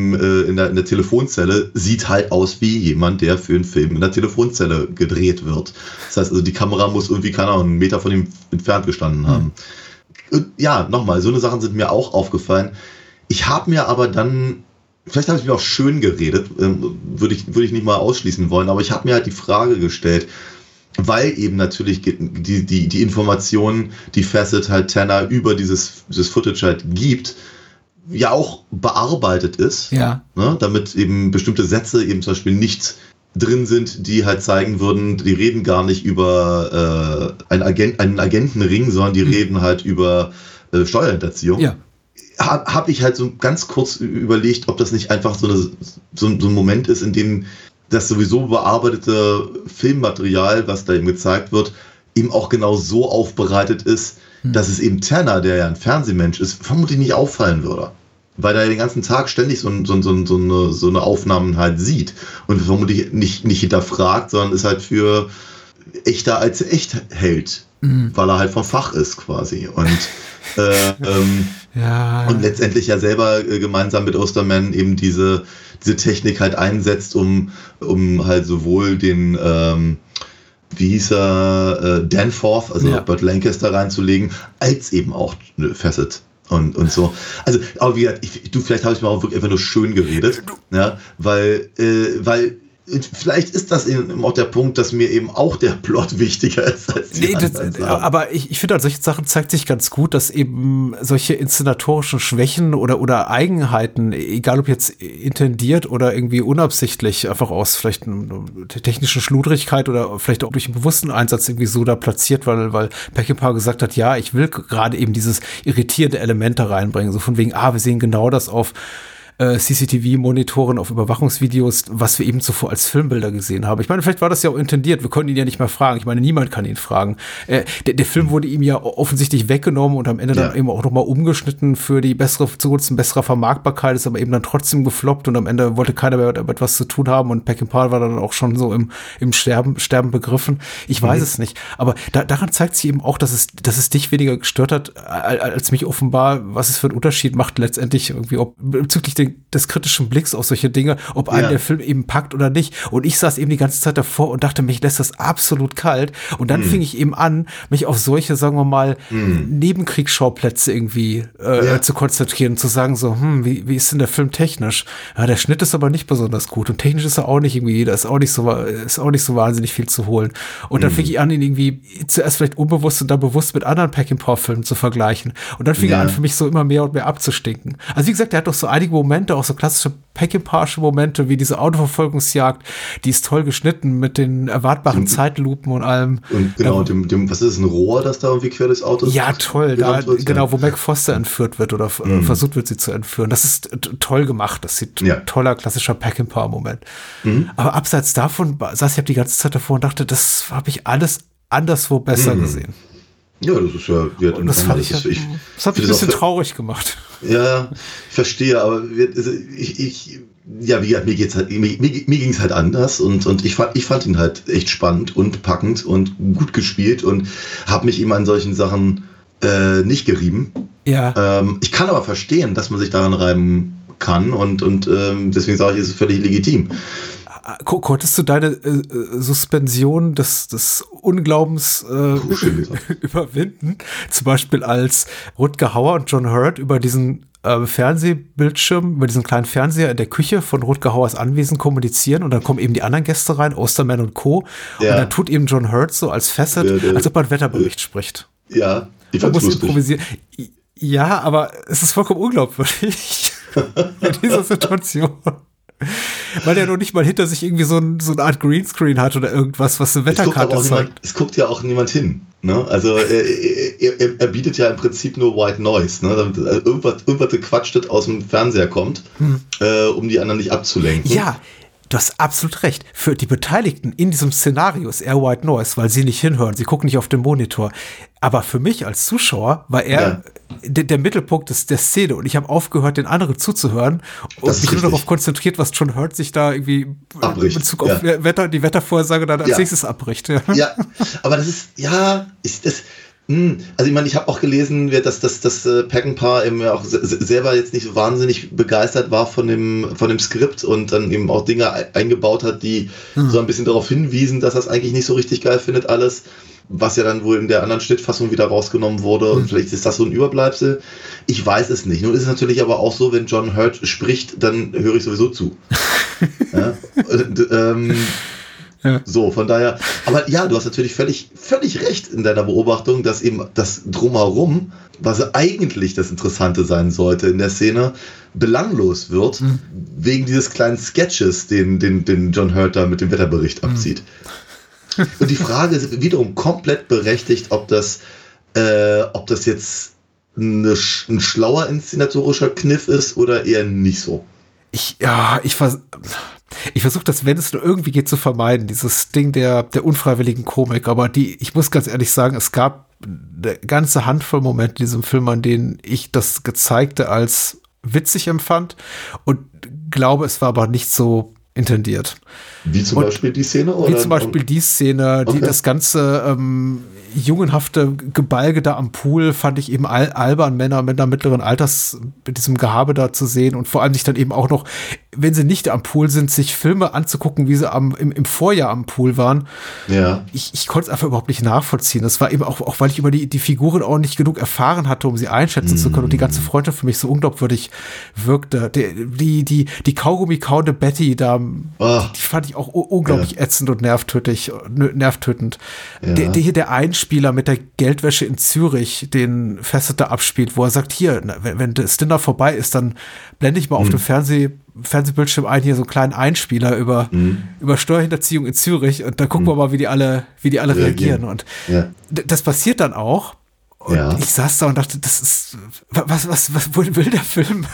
in der Telefonzelle sieht halt aus wie jemand, der für einen Film in der Telefonzelle gedreht wird. Das heißt also, die Kamera muss irgendwie, keine Ahnung, einen Meter von ihm entfernt gestanden haben. Und ja, nochmal, so eine Sachen sind mir auch aufgefallen. Ich habe mir aber dann, vielleicht habe ich mir auch schön geredet, würde ich nicht mal ausschließen wollen, aber ich habe mir halt die Frage gestellt, weil eben natürlich die Informationen, die Facet halt Tanner über dieses Footage halt gibt, ja auch bearbeitet ist, ne, damit eben bestimmte Sätze eben zum Beispiel nicht drin sind, die halt zeigen würden, die reden gar nicht über einen Agentenring, sondern die reden halt über Steuerhinterziehung. Ja. Hab ich halt so ganz kurz überlegt, ob das nicht einfach so ein Moment ist, in dem das sowieso bearbeitete Filmmaterial, was da eben gezeigt wird, eben auch genau so aufbereitet ist, dass es eben Tanner, der ja ein Fernsehmensch ist, vermutlich nicht auffallen würde. Weil er den ganzen Tag ständig so eine Aufnahmen halt sieht und vermutlich nicht hinterfragt, sondern ist halt für echter als echt hält, weil er halt vom Fach ist quasi. Und und letztendlich ja selber gemeinsam mit Osterman eben diese Technik halt einsetzt, um halt sowohl den wie hieß er, Danforth, also Burt Lancaster reinzulegen, als eben auch Facet und so. Also, aber wie gesagt, vielleicht habe ich mir auch wirklich einfach nur schön geredet, ja, weil vielleicht ist das eben auch der Punkt, dass mir eben auch der Plot wichtiger ist als die anderen Sachen. Aber ich finde, an solchen Sachen zeigt sich ganz gut, dass eben solche inszenatorischen Schwächen oder Eigenheiten, egal ob jetzt intendiert oder irgendwie unabsichtlich, einfach aus vielleicht einer technischen Schludrigkeit oder vielleicht auch durch einen bewussten Einsatz irgendwie so da platziert, weil Peckinpah gesagt hat, ja, ich will gerade eben dieses irritierende Element da reinbringen, so von wegen, wir sehen genau das auf CCTV-Monitoren, auf Überwachungsvideos, was wir eben zuvor als Filmbilder gesehen haben. Ich meine, vielleicht war das ja auch intendiert. Wir konnten ihn ja nicht mehr fragen. Ich meine, niemand kann ihn fragen. Der Film wurde ihm ja offensichtlich weggenommen und am Ende dann eben auch nochmal umgeschnitten für die zugunsten besserer Vermarktbarkeit, ist aber eben dann trotzdem gefloppt und am Ende wollte keiner mehr damit was zu tun haben und Peckinpah war dann auch schon so im Sterben begriffen. Ich weiß es nicht. Aber daran zeigt sich eben auch, dass es dich weniger gestört hat, als mich offenbar, was es für einen Unterschied macht letztendlich irgendwie, ob bezüglich des kritischen Blicks auf solche Dinge, ob einen der Film eben packt oder nicht. Und ich saß eben die ganze Zeit davor und dachte, mich lässt das absolut kalt. Und dann fing ich eben an, mich auf solche, sagen wir mal, Nebenkriegsschauplätze irgendwie zu konzentrieren, zu sagen so, wie ist denn der Film technisch? Ja, der Schnitt ist aber nicht besonders gut und technisch ist er auch nicht irgendwie, da ist auch nicht so wahnsinnig viel zu holen. Und dann fing ich an, ihn irgendwie zuerst vielleicht unbewusst und dann bewusst mit anderen Peckinpah-Filmen zu vergleichen. Und dann fing er an, für mich so immer mehr und mehr abzustinken. Also wie gesagt, er hat doch so einige Momente, auch so klassische Peckinpahsche Momente, wie diese Autoverfolgungsjagd, die ist toll geschnitten mit den erwartbaren Zeitlupen und allem. Und genau, was ist das, ein Rohr, das da irgendwie quer durchs Auto ist? Ja, toll, genau, wo Meg Foster entführt wird oder versucht wird, sie zu entführen. Das ist toll gemacht, das sieht toller, klassischer Peckinpah-Moment. Aber abseits davon saß ich die ganze Zeit davor und dachte, das habe ich alles anderswo besser gesehen. Ja, das ist ja... Das hat mich ein bisschen traurig gemacht. Ja, ich verstehe, aber wie gesagt, mir ging es halt anders und ich fand ihn halt echt spannend und packend und gut gespielt und habe mich eben an solchen Sachen nicht gerieben. Ja. Ich kann aber verstehen, dass man sich daran reiben kann und deswegen sage ich, es ist völlig legitim. Konntest du deine Suspension des Unglaubens überwinden? Zum Beispiel als Rutger Hauer und John Hurt über diesen Fernsehbildschirm, über diesen kleinen Fernseher in der Küche von Rutger Hauers Anwesen kommunizieren und dann kommen eben die anderen Gäste rein, Osterman und Co. Und dann tut eben John Hurt so als Facet, als ob er einen Wetterbericht spricht. Ja, ich fand's lustig. Improvisieren. Ja, aber es ist vollkommen unglaubwürdig in dieser Situation. Weil er noch nicht mal hinter sich irgendwie so eine Art Greenscreen hat oder irgendwas, was eine Wetterkarte zeigt. Es guckt ja auch niemand hin. Ne? Also er bietet ja im Prinzip nur White Noise. Ne? Damit irgendwas gequatschtet aus dem Fernseher kommt, um die anderen nicht abzulenken. Ja, du hast absolut recht. Für die Beteiligten in diesem Szenario ist er White Noise, weil sie nicht hinhören. Sie gucken nicht auf den Monitor. Aber für mich als Zuschauer war er der Mittelpunkt der Szene und ich habe aufgehört, den anderen zuzuhören und mich nur darauf konzentriert, was John Hurt sich da irgendwie abbricht. In Bezug auf die Wettervorhersage dann als nächstes abbricht. Ja, aber das ist, also ich meine, ich habe auch gelesen, dass Peckinpah eben auch selber jetzt nicht so wahnsinnig begeistert war von dem Skript und dann eben auch Dinge eingebaut hat, die so ein bisschen darauf hinwiesen, dass er es eigentlich nicht so richtig geil findet alles, was ja dann wohl in der anderen Schnittfassung wieder rausgenommen wurde und vielleicht ist das so ein Überbleibsel. Ich weiß es nicht. Nun ist es natürlich aber auch so, wenn John Hurt spricht, dann höre ich sowieso zu. So, von daher, aber ja, du hast natürlich völlig recht in deiner Beobachtung, dass eben das Drumherum, was eigentlich das Interessante sein sollte in der Szene, belanglos wird, wegen dieses kleinen Sketches, den John Hurt da mit dem Wetterbericht abzieht. Und die Frage ist wiederum komplett berechtigt, ob das jetzt ein schlauer inszenatorischer Kniff ist oder eher nicht so. Ich versuche das, wenn es nur irgendwie geht, zu vermeiden, dieses Ding der unfreiwilligen Komik, aber ich muss ganz ehrlich sagen, es gab eine ganze Handvoll Momente in diesem Film, an denen ich das Gezeigte als witzig empfand und glaube, es war aber nicht so intendiert. Wie zum Beispiel die Szene? Oder? Wie zum Beispiel die Szene, die das ganze jungenhafte Gebalge da am Pool fand ich eben albern, Männer mittleren Alters mit diesem Gehabe da zu sehen und vor allem sich dann eben auch noch, wenn sie nicht am Pool sind, sich Filme anzugucken, wie sie im Vorjahr am Pool waren. Ja. Ich konnte es einfach überhaupt nicht nachvollziehen. Das war eben auch weil ich über die Figuren auch nicht genug erfahren hatte, um sie einschätzen zu können und die ganze Freundschaft für mich so unglaubwürdig wirkte. Die Kaugummi-kauende Betty da, die fand ich auch unglaublich ätzend und nervtötend. Ja. Der Einspieler mit der Geldwäsche in Zürich, den Facet da abspielt, wo er sagt, hier, wenn das Dinner vorbei ist, dann blende ich mal auf dem Fernsehbildschirm ein, hier so einen kleinen Einspieler über Steuerhinterziehung in Zürich und dann gucken wir mal, wie die alle reagieren. Und das passiert dann auch. Und ich saß da und dachte, das ist, wohin will der Film?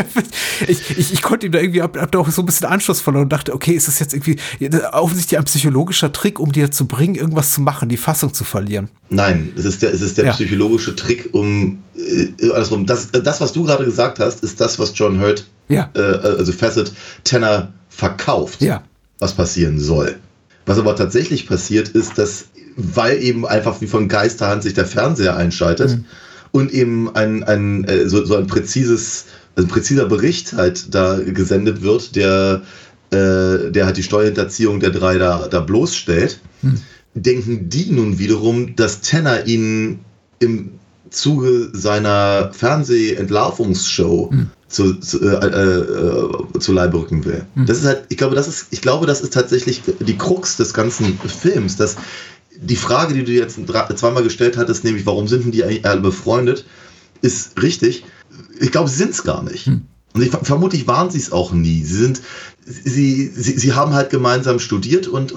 Ich konnte ihm da irgendwie, hab da auch so ein bisschen Anschluss verloren und dachte, okay, ist das jetzt irgendwie offensichtlich ein psychologischer Trick, um dir zu bringen, irgendwas zu machen, die Fassung zu verlieren? Nein, es ist der psychologische Trick, andersrum. Das, was du gerade gesagt hast, ist das, was John Hurt, also Facet Tanner verkauft, was passieren soll. Was aber tatsächlich passiert ist, dass, weil eben einfach wie von Geisterhand sich der Fernseher einschaltet und eben ein präziser Bericht halt da gesendet wird, der halt die Steuerhinterziehung der 3 da bloßstellt, denken die nun wiederum, dass Tanner ihn im Zuge seiner Fernsehentlarvungsshow zu Leibe rücken will. Das ist halt, ich glaube, das ist tatsächlich die Krux des ganzen Films, dass die Frage, die du jetzt zweimal gestellt hattest, nämlich warum sind denn die eigentlich alle befreundet, ist richtig. Ich glaube, sie sind es gar nicht. Und vermutlich waren sie es auch nie. Sie haben halt gemeinsam studiert und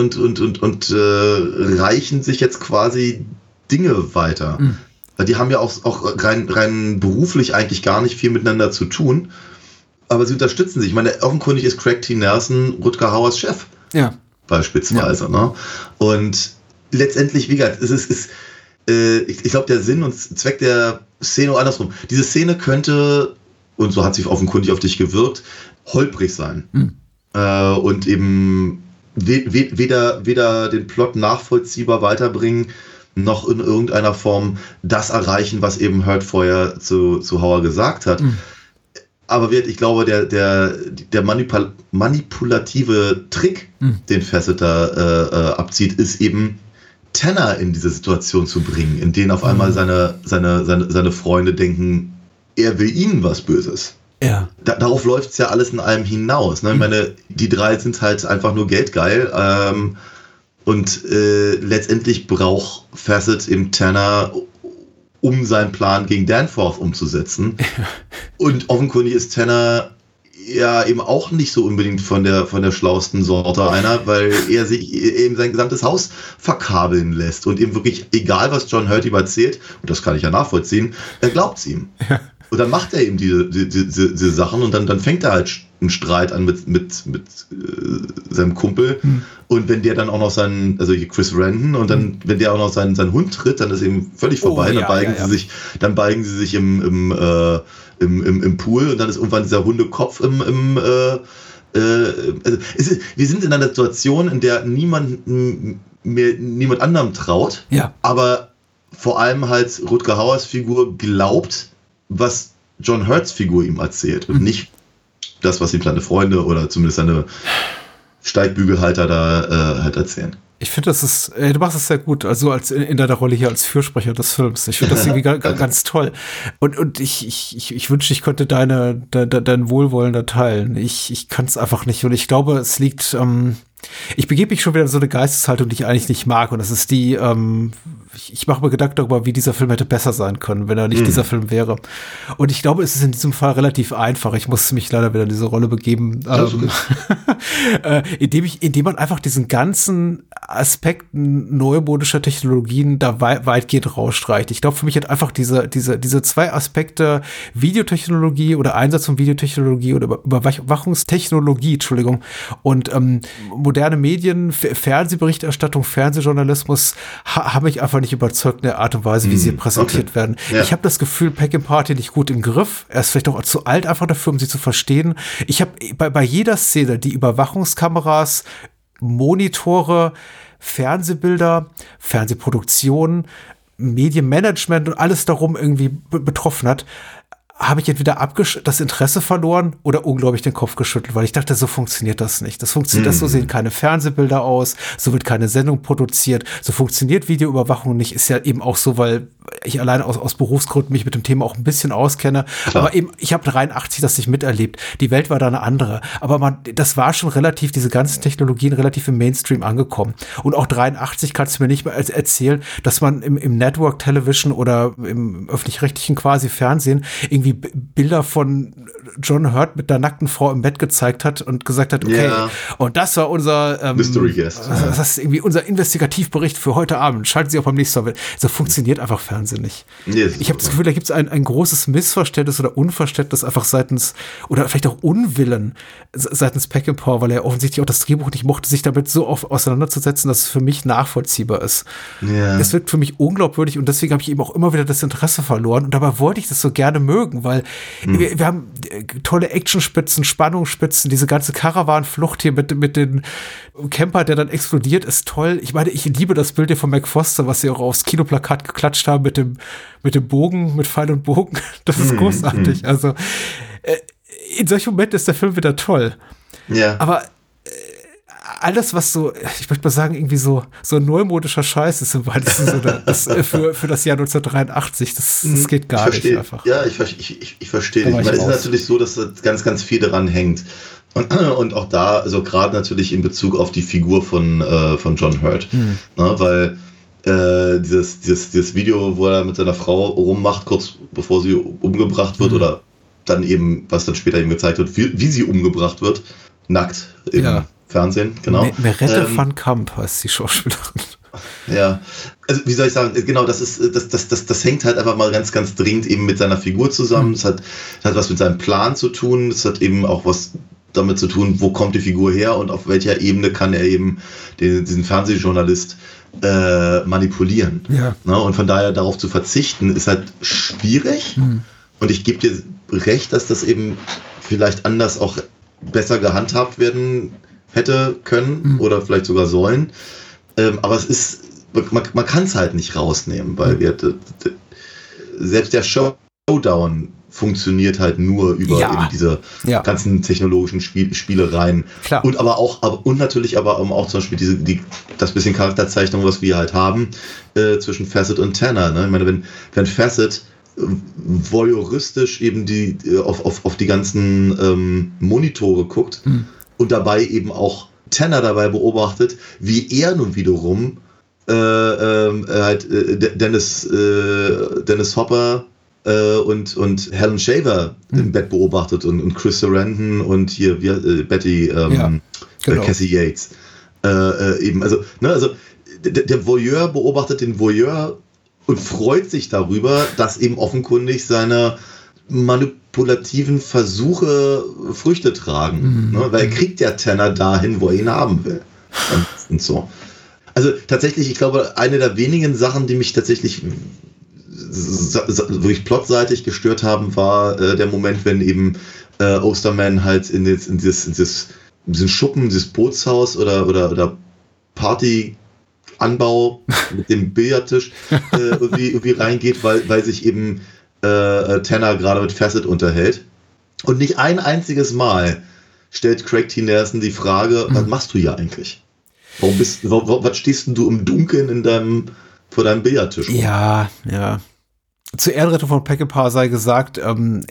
reichen sich jetzt quasi Dinge weiter. Die haben ja auch rein beruflich eigentlich gar nicht viel miteinander zu tun. Aber sie unterstützen sich. Ich meine, offenkundig ist Craig T. Nelson Rutger Hauers Chef. Ja. Beispielsweise. Ja. Ne? Und letztendlich, wie gesagt, ich glaube, der Sinn und Zweck der Szene, andersrum. Diese Szene könnte, und so hat sie offenkundig auf dich gewirkt, holprig sein. Und eben weder den Plot nachvollziehbar weiterbringen, noch in irgendeiner Form das erreichen, was eben Hurt vorher zu Hauer gesagt hat. Aber ich glaube, der manipulative Trick, den Fawcett da abzieht, ist eben Tanner in diese Situation zu bringen, in denen auf einmal seine Freunde denken, er will ihnen was Böses. Ja. Darauf läuft es ja alles in allem hinaus. Ne? Ich meine, die 3 sind halt einfach nur geldgeil. Und letztendlich braucht Fawcett im Tanner, um seinen Plan gegen Danforth umzusetzen. Und offenkundig ist Tanner ja eben auch nicht so unbedingt von der schlausten Sorte einer, weil er sich eben sein gesamtes Haus verkabeln lässt und eben wirklich, egal was John Hurt ihm erzählt, und das kann ich ja nachvollziehen, er glaubt es ihm. Ja. Und dann macht er eben diese Sachen und dann fängt er halt einen Streit an mit seinem Kumpel. Und wenn der dann auch noch also Chris Rendon, und dann, wenn der auch noch seinen Hund tritt, dann ist eben völlig vorbei. Dann beigen sie sich im Pool und dann ist irgendwann dieser Hundekopf wir sind in einer Situation, in der niemand anderem traut, aber vor allem halt Rutger Hauers Figur glaubt, was John Hurts Figur ihm erzählt und nicht das, was ihm seine Freunde oder zumindest seine Steigbügelhalter da halt erzählen. Ich finde, du machst es sehr gut, also in deiner Rolle hier als Fürsprecher des Films. Ich finde das irgendwie ganz toll. Und ich wünschte, ich könnte dein Wohlwollen da teilen. Ich kann es einfach nicht. Und ich glaube, es liegt, ich begebe mich schon wieder in so eine Geisteshaltung, die ich eigentlich nicht mag. Und das ist die, ich mache mir Gedanken darüber, wie dieser Film hätte besser sein können, wenn er nicht dieser Film wäre. Und ich glaube, es ist in diesem Fall relativ einfach. Ich musste mich leider wieder in diese Rolle begeben, indem man einfach diesen ganzen Aspekten neumodischer Technologien da weitgehend rausstreicht. Ich glaube, für mich hat einfach diese 2 Aspekte Videotechnologie oder Einsatz von Videotechnologie oder Überwachungstechnologie, und moderne Medien, Fernsehberichterstattung, Fernsehjournalismus haben mich einfach nicht überzeugt in der Art und Weise, wie sie präsentiert werden. Ja. Ich habe das Gefühl, Peckinpah nicht gut im Griff. Er ist vielleicht auch zu alt einfach dafür, um sie zu verstehen. Ich habe bei jeder Szene die Überwachungskameras, Monitore, Fernsehbilder, Fernsehproduktionen, Medienmanagement und alles darum irgendwie betroffen hat, habe ich entweder das Interesse verloren oder unglaublich den Kopf geschüttelt, weil ich dachte, so funktioniert das nicht. So sehen keine Fernsehbilder aus, so wird keine Sendung produziert, so funktioniert Videoüberwachung nicht. Ist ja eben auch so, weil ich alleine aus Berufsgründen mich mit dem Thema auch ein bisschen auskenne. Klar. Aber eben, ich habe 83 das nicht miterlebt. Die Welt war da eine andere. Aber das war schon relativ, diese ganzen Technologien relativ im Mainstream angekommen. Und auch 83 kannst du mir nicht mehr erzählen, dass man im Network Television oder im öffentlich-rechtlichen quasi Fernsehen irgendwie Bilder von John Hurt mit einer nackten Frau im Bett gezeigt hat und gesagt hat, okay, und das war unser Mystery Guest. Das ist irgendwie unser Investigativbericht für heute Abend. Schalten Sie auch beim nächsten Mal. So funktioniert einfach Fernsehen nicht. Yes, ich habe das Gefühl, da gibt es ein großes Missverständnis oder Unverständnis einfach seitens, oder vielleicht auch Unwillen seitens Peckinpah, weil er offensichtlich auch das Drehbuch nicht mochte, sich damit so auseinanderzusetzen, dass es für mich nachvollziehbar ist. Yeah. Es wirkt für mich unglaubwürdig und deswegen habe ich eben auch immer wieder das Interesse verloren und dabei wollte ich das so gerne mögen, weil wir haben tolle Actionspitzen, Spannungsspitzen, diese ganze Karawanflucht hier mit dem Camper, der dann explodiert, ist toll. Ich meine, ich liebe das Bild hier von Mac Foster, was sie auch aufs Kinoplakat geklatscht haben mit dem Bogen, mit Pfeil und Bogen. Das ist großartig. Also in solchen Momenten ist der Film wieder toll. Ja. Aber alles, was so, ich möchte mal sagen, irgendwie so neumodischer Scheiß ist im weitesten Sinne, für das Jahr 1983, das geht gar nicht einfach. Ja, ich verstehe dich. Es ist natürlich so, dass da ganz, ganz viel daran hängt. Und auch da, also gerade natürlich in Bezug auf die Figur von John Hurt. Weil dieses Video, wo er mit seiner Frau rummacht, kurz bevor sie umgebracht wird, oder dann eben, was dann später eben gezeigt wird, wie sie umgebracht wird, nackt im Fernsehen, genau. Merette van Kamp heißt die Schauspielerin. Ja, also wie soll ich sagen, genau, das hängt halt einfach mal ganz, ganz dringend eben mit seiner Figur zusammen. Es hat was mit seinem Plan zu tun, es hat eben auch was damit zu tun, wo kommt die Figur her und auf welcher Ebene kann er eben diesen Fernsehjournalist manipulieren. Ja. Und von daher darauf zu verzichten, ist halt schwierig. Und ich gebe dir recht, dass das eben vielleicht anders auch besser gehandhabt werden hätte können oder vielleicht sogar sollen. Aber es ist, man kann es halt nicht rausnehmen, weil selbst der Showdown funktioniert halt nur über eben diese ganzen technologischen Spielereien. Klar. Und natürlich auch zum Beispiel das bisschen Charakterzeichnung, was wir halt haben, zwischen Facet und Tanner. Ne? Ich meine, wenn Facet voyeuristisch eben auf die ganzen Monitore guckt und dabei eben auch Tanner dabei beobachtet, wie er nun wiederum halt Dennis Hopper und Helen Shaver im Bett beobachtet und Chris Sarandon und hier Betty Cassie Yates eben, also der Voyeur beobachtet den Voyeur und freut sich darüber, dass eben offenkundig seine manipulativen Versuche Früchte tragen. Weil er kriegt ja Tanner dahin, wo er ihn haben will. Und so. Also tatsächlich, ich glaube, eine der wenigen Sachen, die mich tatsächlich wirklich plotseitig gestört haben, war der Moment, wenn eben Osterman halt in diesen Schuppen, dieses Bootshaus oder Partyanbau mit dem Billardtisch irgendwie reingeht, weil sich eben Tanner gerade mit Facet unterhält. Und nicht ein einziges Mal stellt Craig T. Nelson die Frage, was machst du hier eigentlich? Was stehst denn du im Dunkeln vor deinem Billardtisch? Ja. Zur Ehrenrettung von Peckinpah sei gesagt,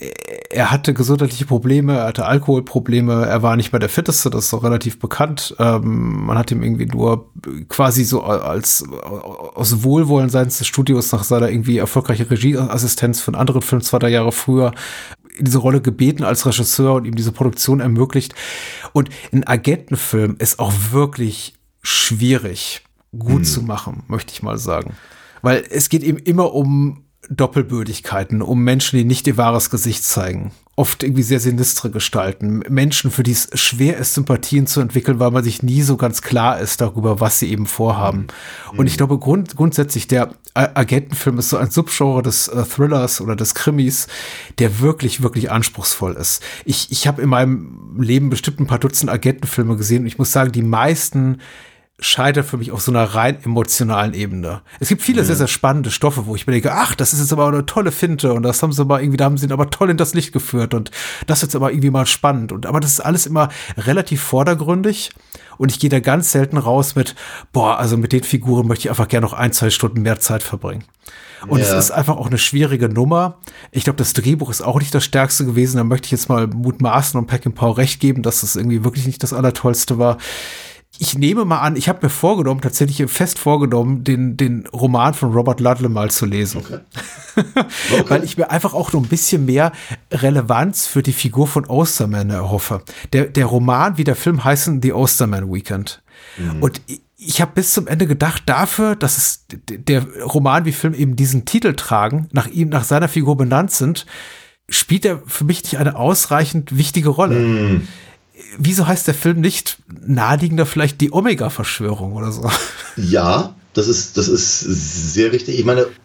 er hatte gesundheitliche Probleme, er hatte Alkoholprobleme, er war nicht mehr der Fitteste, das ist doch relativ bekannt. Man hat ihm irgendwie nur quasi so aus Wohlwollen seines Studios nach seiner irgendwie erfolgreichen Regieassistenz von anderen Filmen 2-3 Jahre früher in diese Rolle gebeten als Regisseur und ihm diese Produktion ermöglicht. Und ein Agentenfilm ist auch wirklich schwierig gut zu machen, möchte ich mal sagen. Weil es geht eben immer um Doppelbödigkeiten, um Menschen, die nicht ihr wahres Gesicht zeigen. Oft irgendwie sehr sinistre Gestalten. Menschen, für die es schwer ist, Sympathien zu entwickeln, weil man sich nie so ganz klar ist darüber, was sie eben vorhaben. Und ich glaube, grundsätzlich, der Agentenfilm ist so ein Subgenre des Thrillers oder des Krimis, der wirklich, wirklich anspruchsvoll ist. Ich habe in meinem Leben bestimmt ein paar Dutzend Agentenfilme gesehen und ich muss sagen, die meisten scheitert für mich auf so einer rein emotionalen Ebene. Es gibt viele sehr, sehr spannende Stoffe, wo ich mir denke, ach, das ist jetzt aber eine tolle Finte und da haben sie ihn aber toll in das Licht geführt und das ist jetzt aber irgendwie mal spannend. Aber das ist alles immer relativ vordergründig und ich gehe da ganz selten raus mit, also mit den Figuren möchte ich einfach gerne noch 1-2 Stunden mehr Zeit verbringen. Und es ist einfach auch eine schwierige Nummer. Ich glaube, das Drehbuch ist auch nicht das Stärkste gewesen. Da möchte ich jetzt mal mutmaßen und Peckinpah recht geben, dass das irgendwie wirklich nicht das Allertollste war. Ich nehme mal an, ich habe mir tatsächlich fest vorgenommen, den Roman von Robert Ludlum mal zu lesen. Okay. Weil ich mir einfach auch noch ein bisschen mehr Relevanz für die Figur von Osterman erhoffe. Der Roman, wie der Film heißen, The Osterman Weekend. Und ich habe bis zum Ende gedacht, dafür, dass es der Roman wie Film eben diesen Titel tragen, nach seiner Figur benannt sind, spielt er für mich nicht eine ausreichend wichtige Rolle. Wieso heißt der Film nicht naheliegender vielleicht die Omega-Verschwörung oder so? Ja, das ist sehr richtig. Ich meine,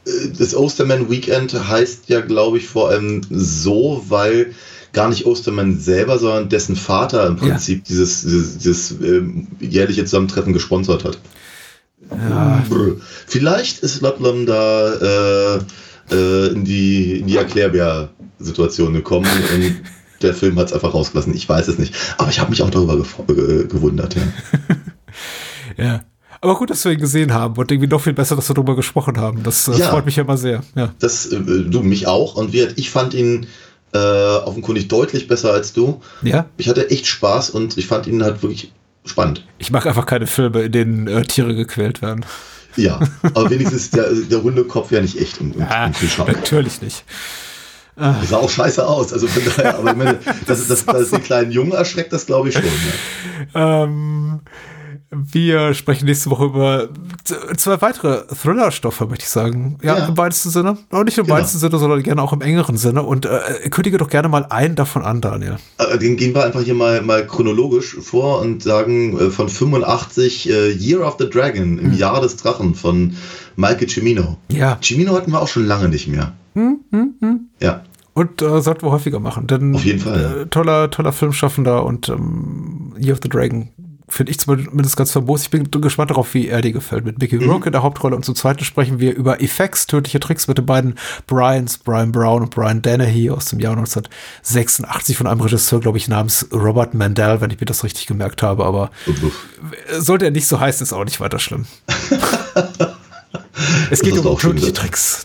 das Osterman Weekend heißt ja, glaube ich, vor allem so, weil gar nicht Osterman selber, sondern dessen Vater im Prinzip dieses jährliche Zusammentreffen gesponsert hat. Ja. Vielleicht ist Ludlum da in die Erklärbär-Situation gekommen und der Film hat es einfach rausgelassen. Ich weiß es nicht. Aber ich habe mich auch darüber gewundert. Ja. Ja. Aber gut, dass wir ihn gesehen haben und irgendwie noch viel besser, dass wir darüber gesprochen haben. Das freut mich ja immer sehr. Ja. Du, mich auch. Und ich fand ihn offenkundig deutlich besser als du. Ja. Ich hatte echt Spaß und ich fand ihn halt wirklich spannend. Ich mag einfach keine Filme, in denen Tiere gequält werden. Ja, aber wenigstens der Hundekopf ja nicht echt im Film. Natürlich nicht. Das sah auch scheiße aus. Also von daher, aber ich meine, dass den kleinen Jungen erschreckt, das glaube ich schon. Ja. Wir sprechen nächste Woche über 2 weitere Thriller-Stoffe, möchte ich sagen. Ja, im weitesten Sinne. Aber nicht im weitesten Sinne, sondern gerne auch im engeren Sinne. Und kündige doch gerne mal einen davon an, Daniel. Den gehen wir einfach hier mal chronologisch vor und sagen von 85 Year of the Dragon, im Jahr des Drachen von Michael Cimino. Ja. Cimino hatten wir auch schon lange nicht mehr. Ja. Und sollten wir häufiger machen. Denn auf jeden Fall. Toller Filmschaffender und Year of the Dragon finde ich zumindest ganz famos. Ich bin gespannt darauf, wie er dir gefällt. Mit Mickey Rourke in der Hauptrolle. Und zum Zweiten sprechen wir über Effects, tödliche Tricks mit den beiden Brian Brown und Brian Dennehy aus dem Jahr 1986 von einem Regisseur, glaube ich, namens Robert Mandel, wenn ich mir das richtig gemerkt habe. Aber sollte er nicht so heißen, ist auch nicht weiter schlimm. Es geht um tödliche Tricks.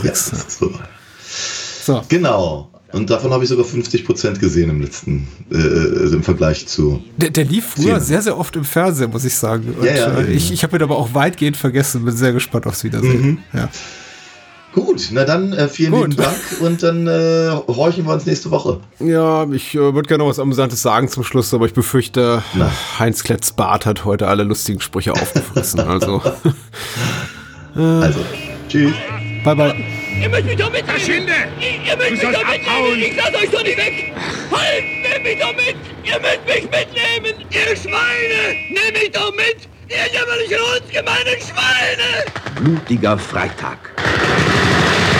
So. Genau. Und davon habe ich sogar 50% gesehen im letzten, im Vergleich zu. Der lief früher sehr, sehr oft im Fernsehen, muss ich sagen. Und ich habe ihn aber auch weitgehend vergessen. Bin sehr gespannt aufs Wiedersehen. Ja. Gut, na dann vielen lieben Dank und dann horchen wir uns nächste Woche. Ja, ich würde gerne noch was Amüsantes sagen zum Schluss, aber ich befürchte, Heinz Kletz Bart hat heute alle lustigen Sprüche aufgefressen. Also tschüss. Bye, bye. Ihr müsst mich doch mitnehmen! Verschwinde! Ihr müsst mich doch mitnehmen! Ich lass euch doch nicht weg! Halt! Nehmt mich doch mit! Ihr müsst mich mitnehmen! Ihr Schweine! Nehmt mich doch mit! Ihr jämmerlichen Hundsgemeinen Schweine! Blutiger Freitag.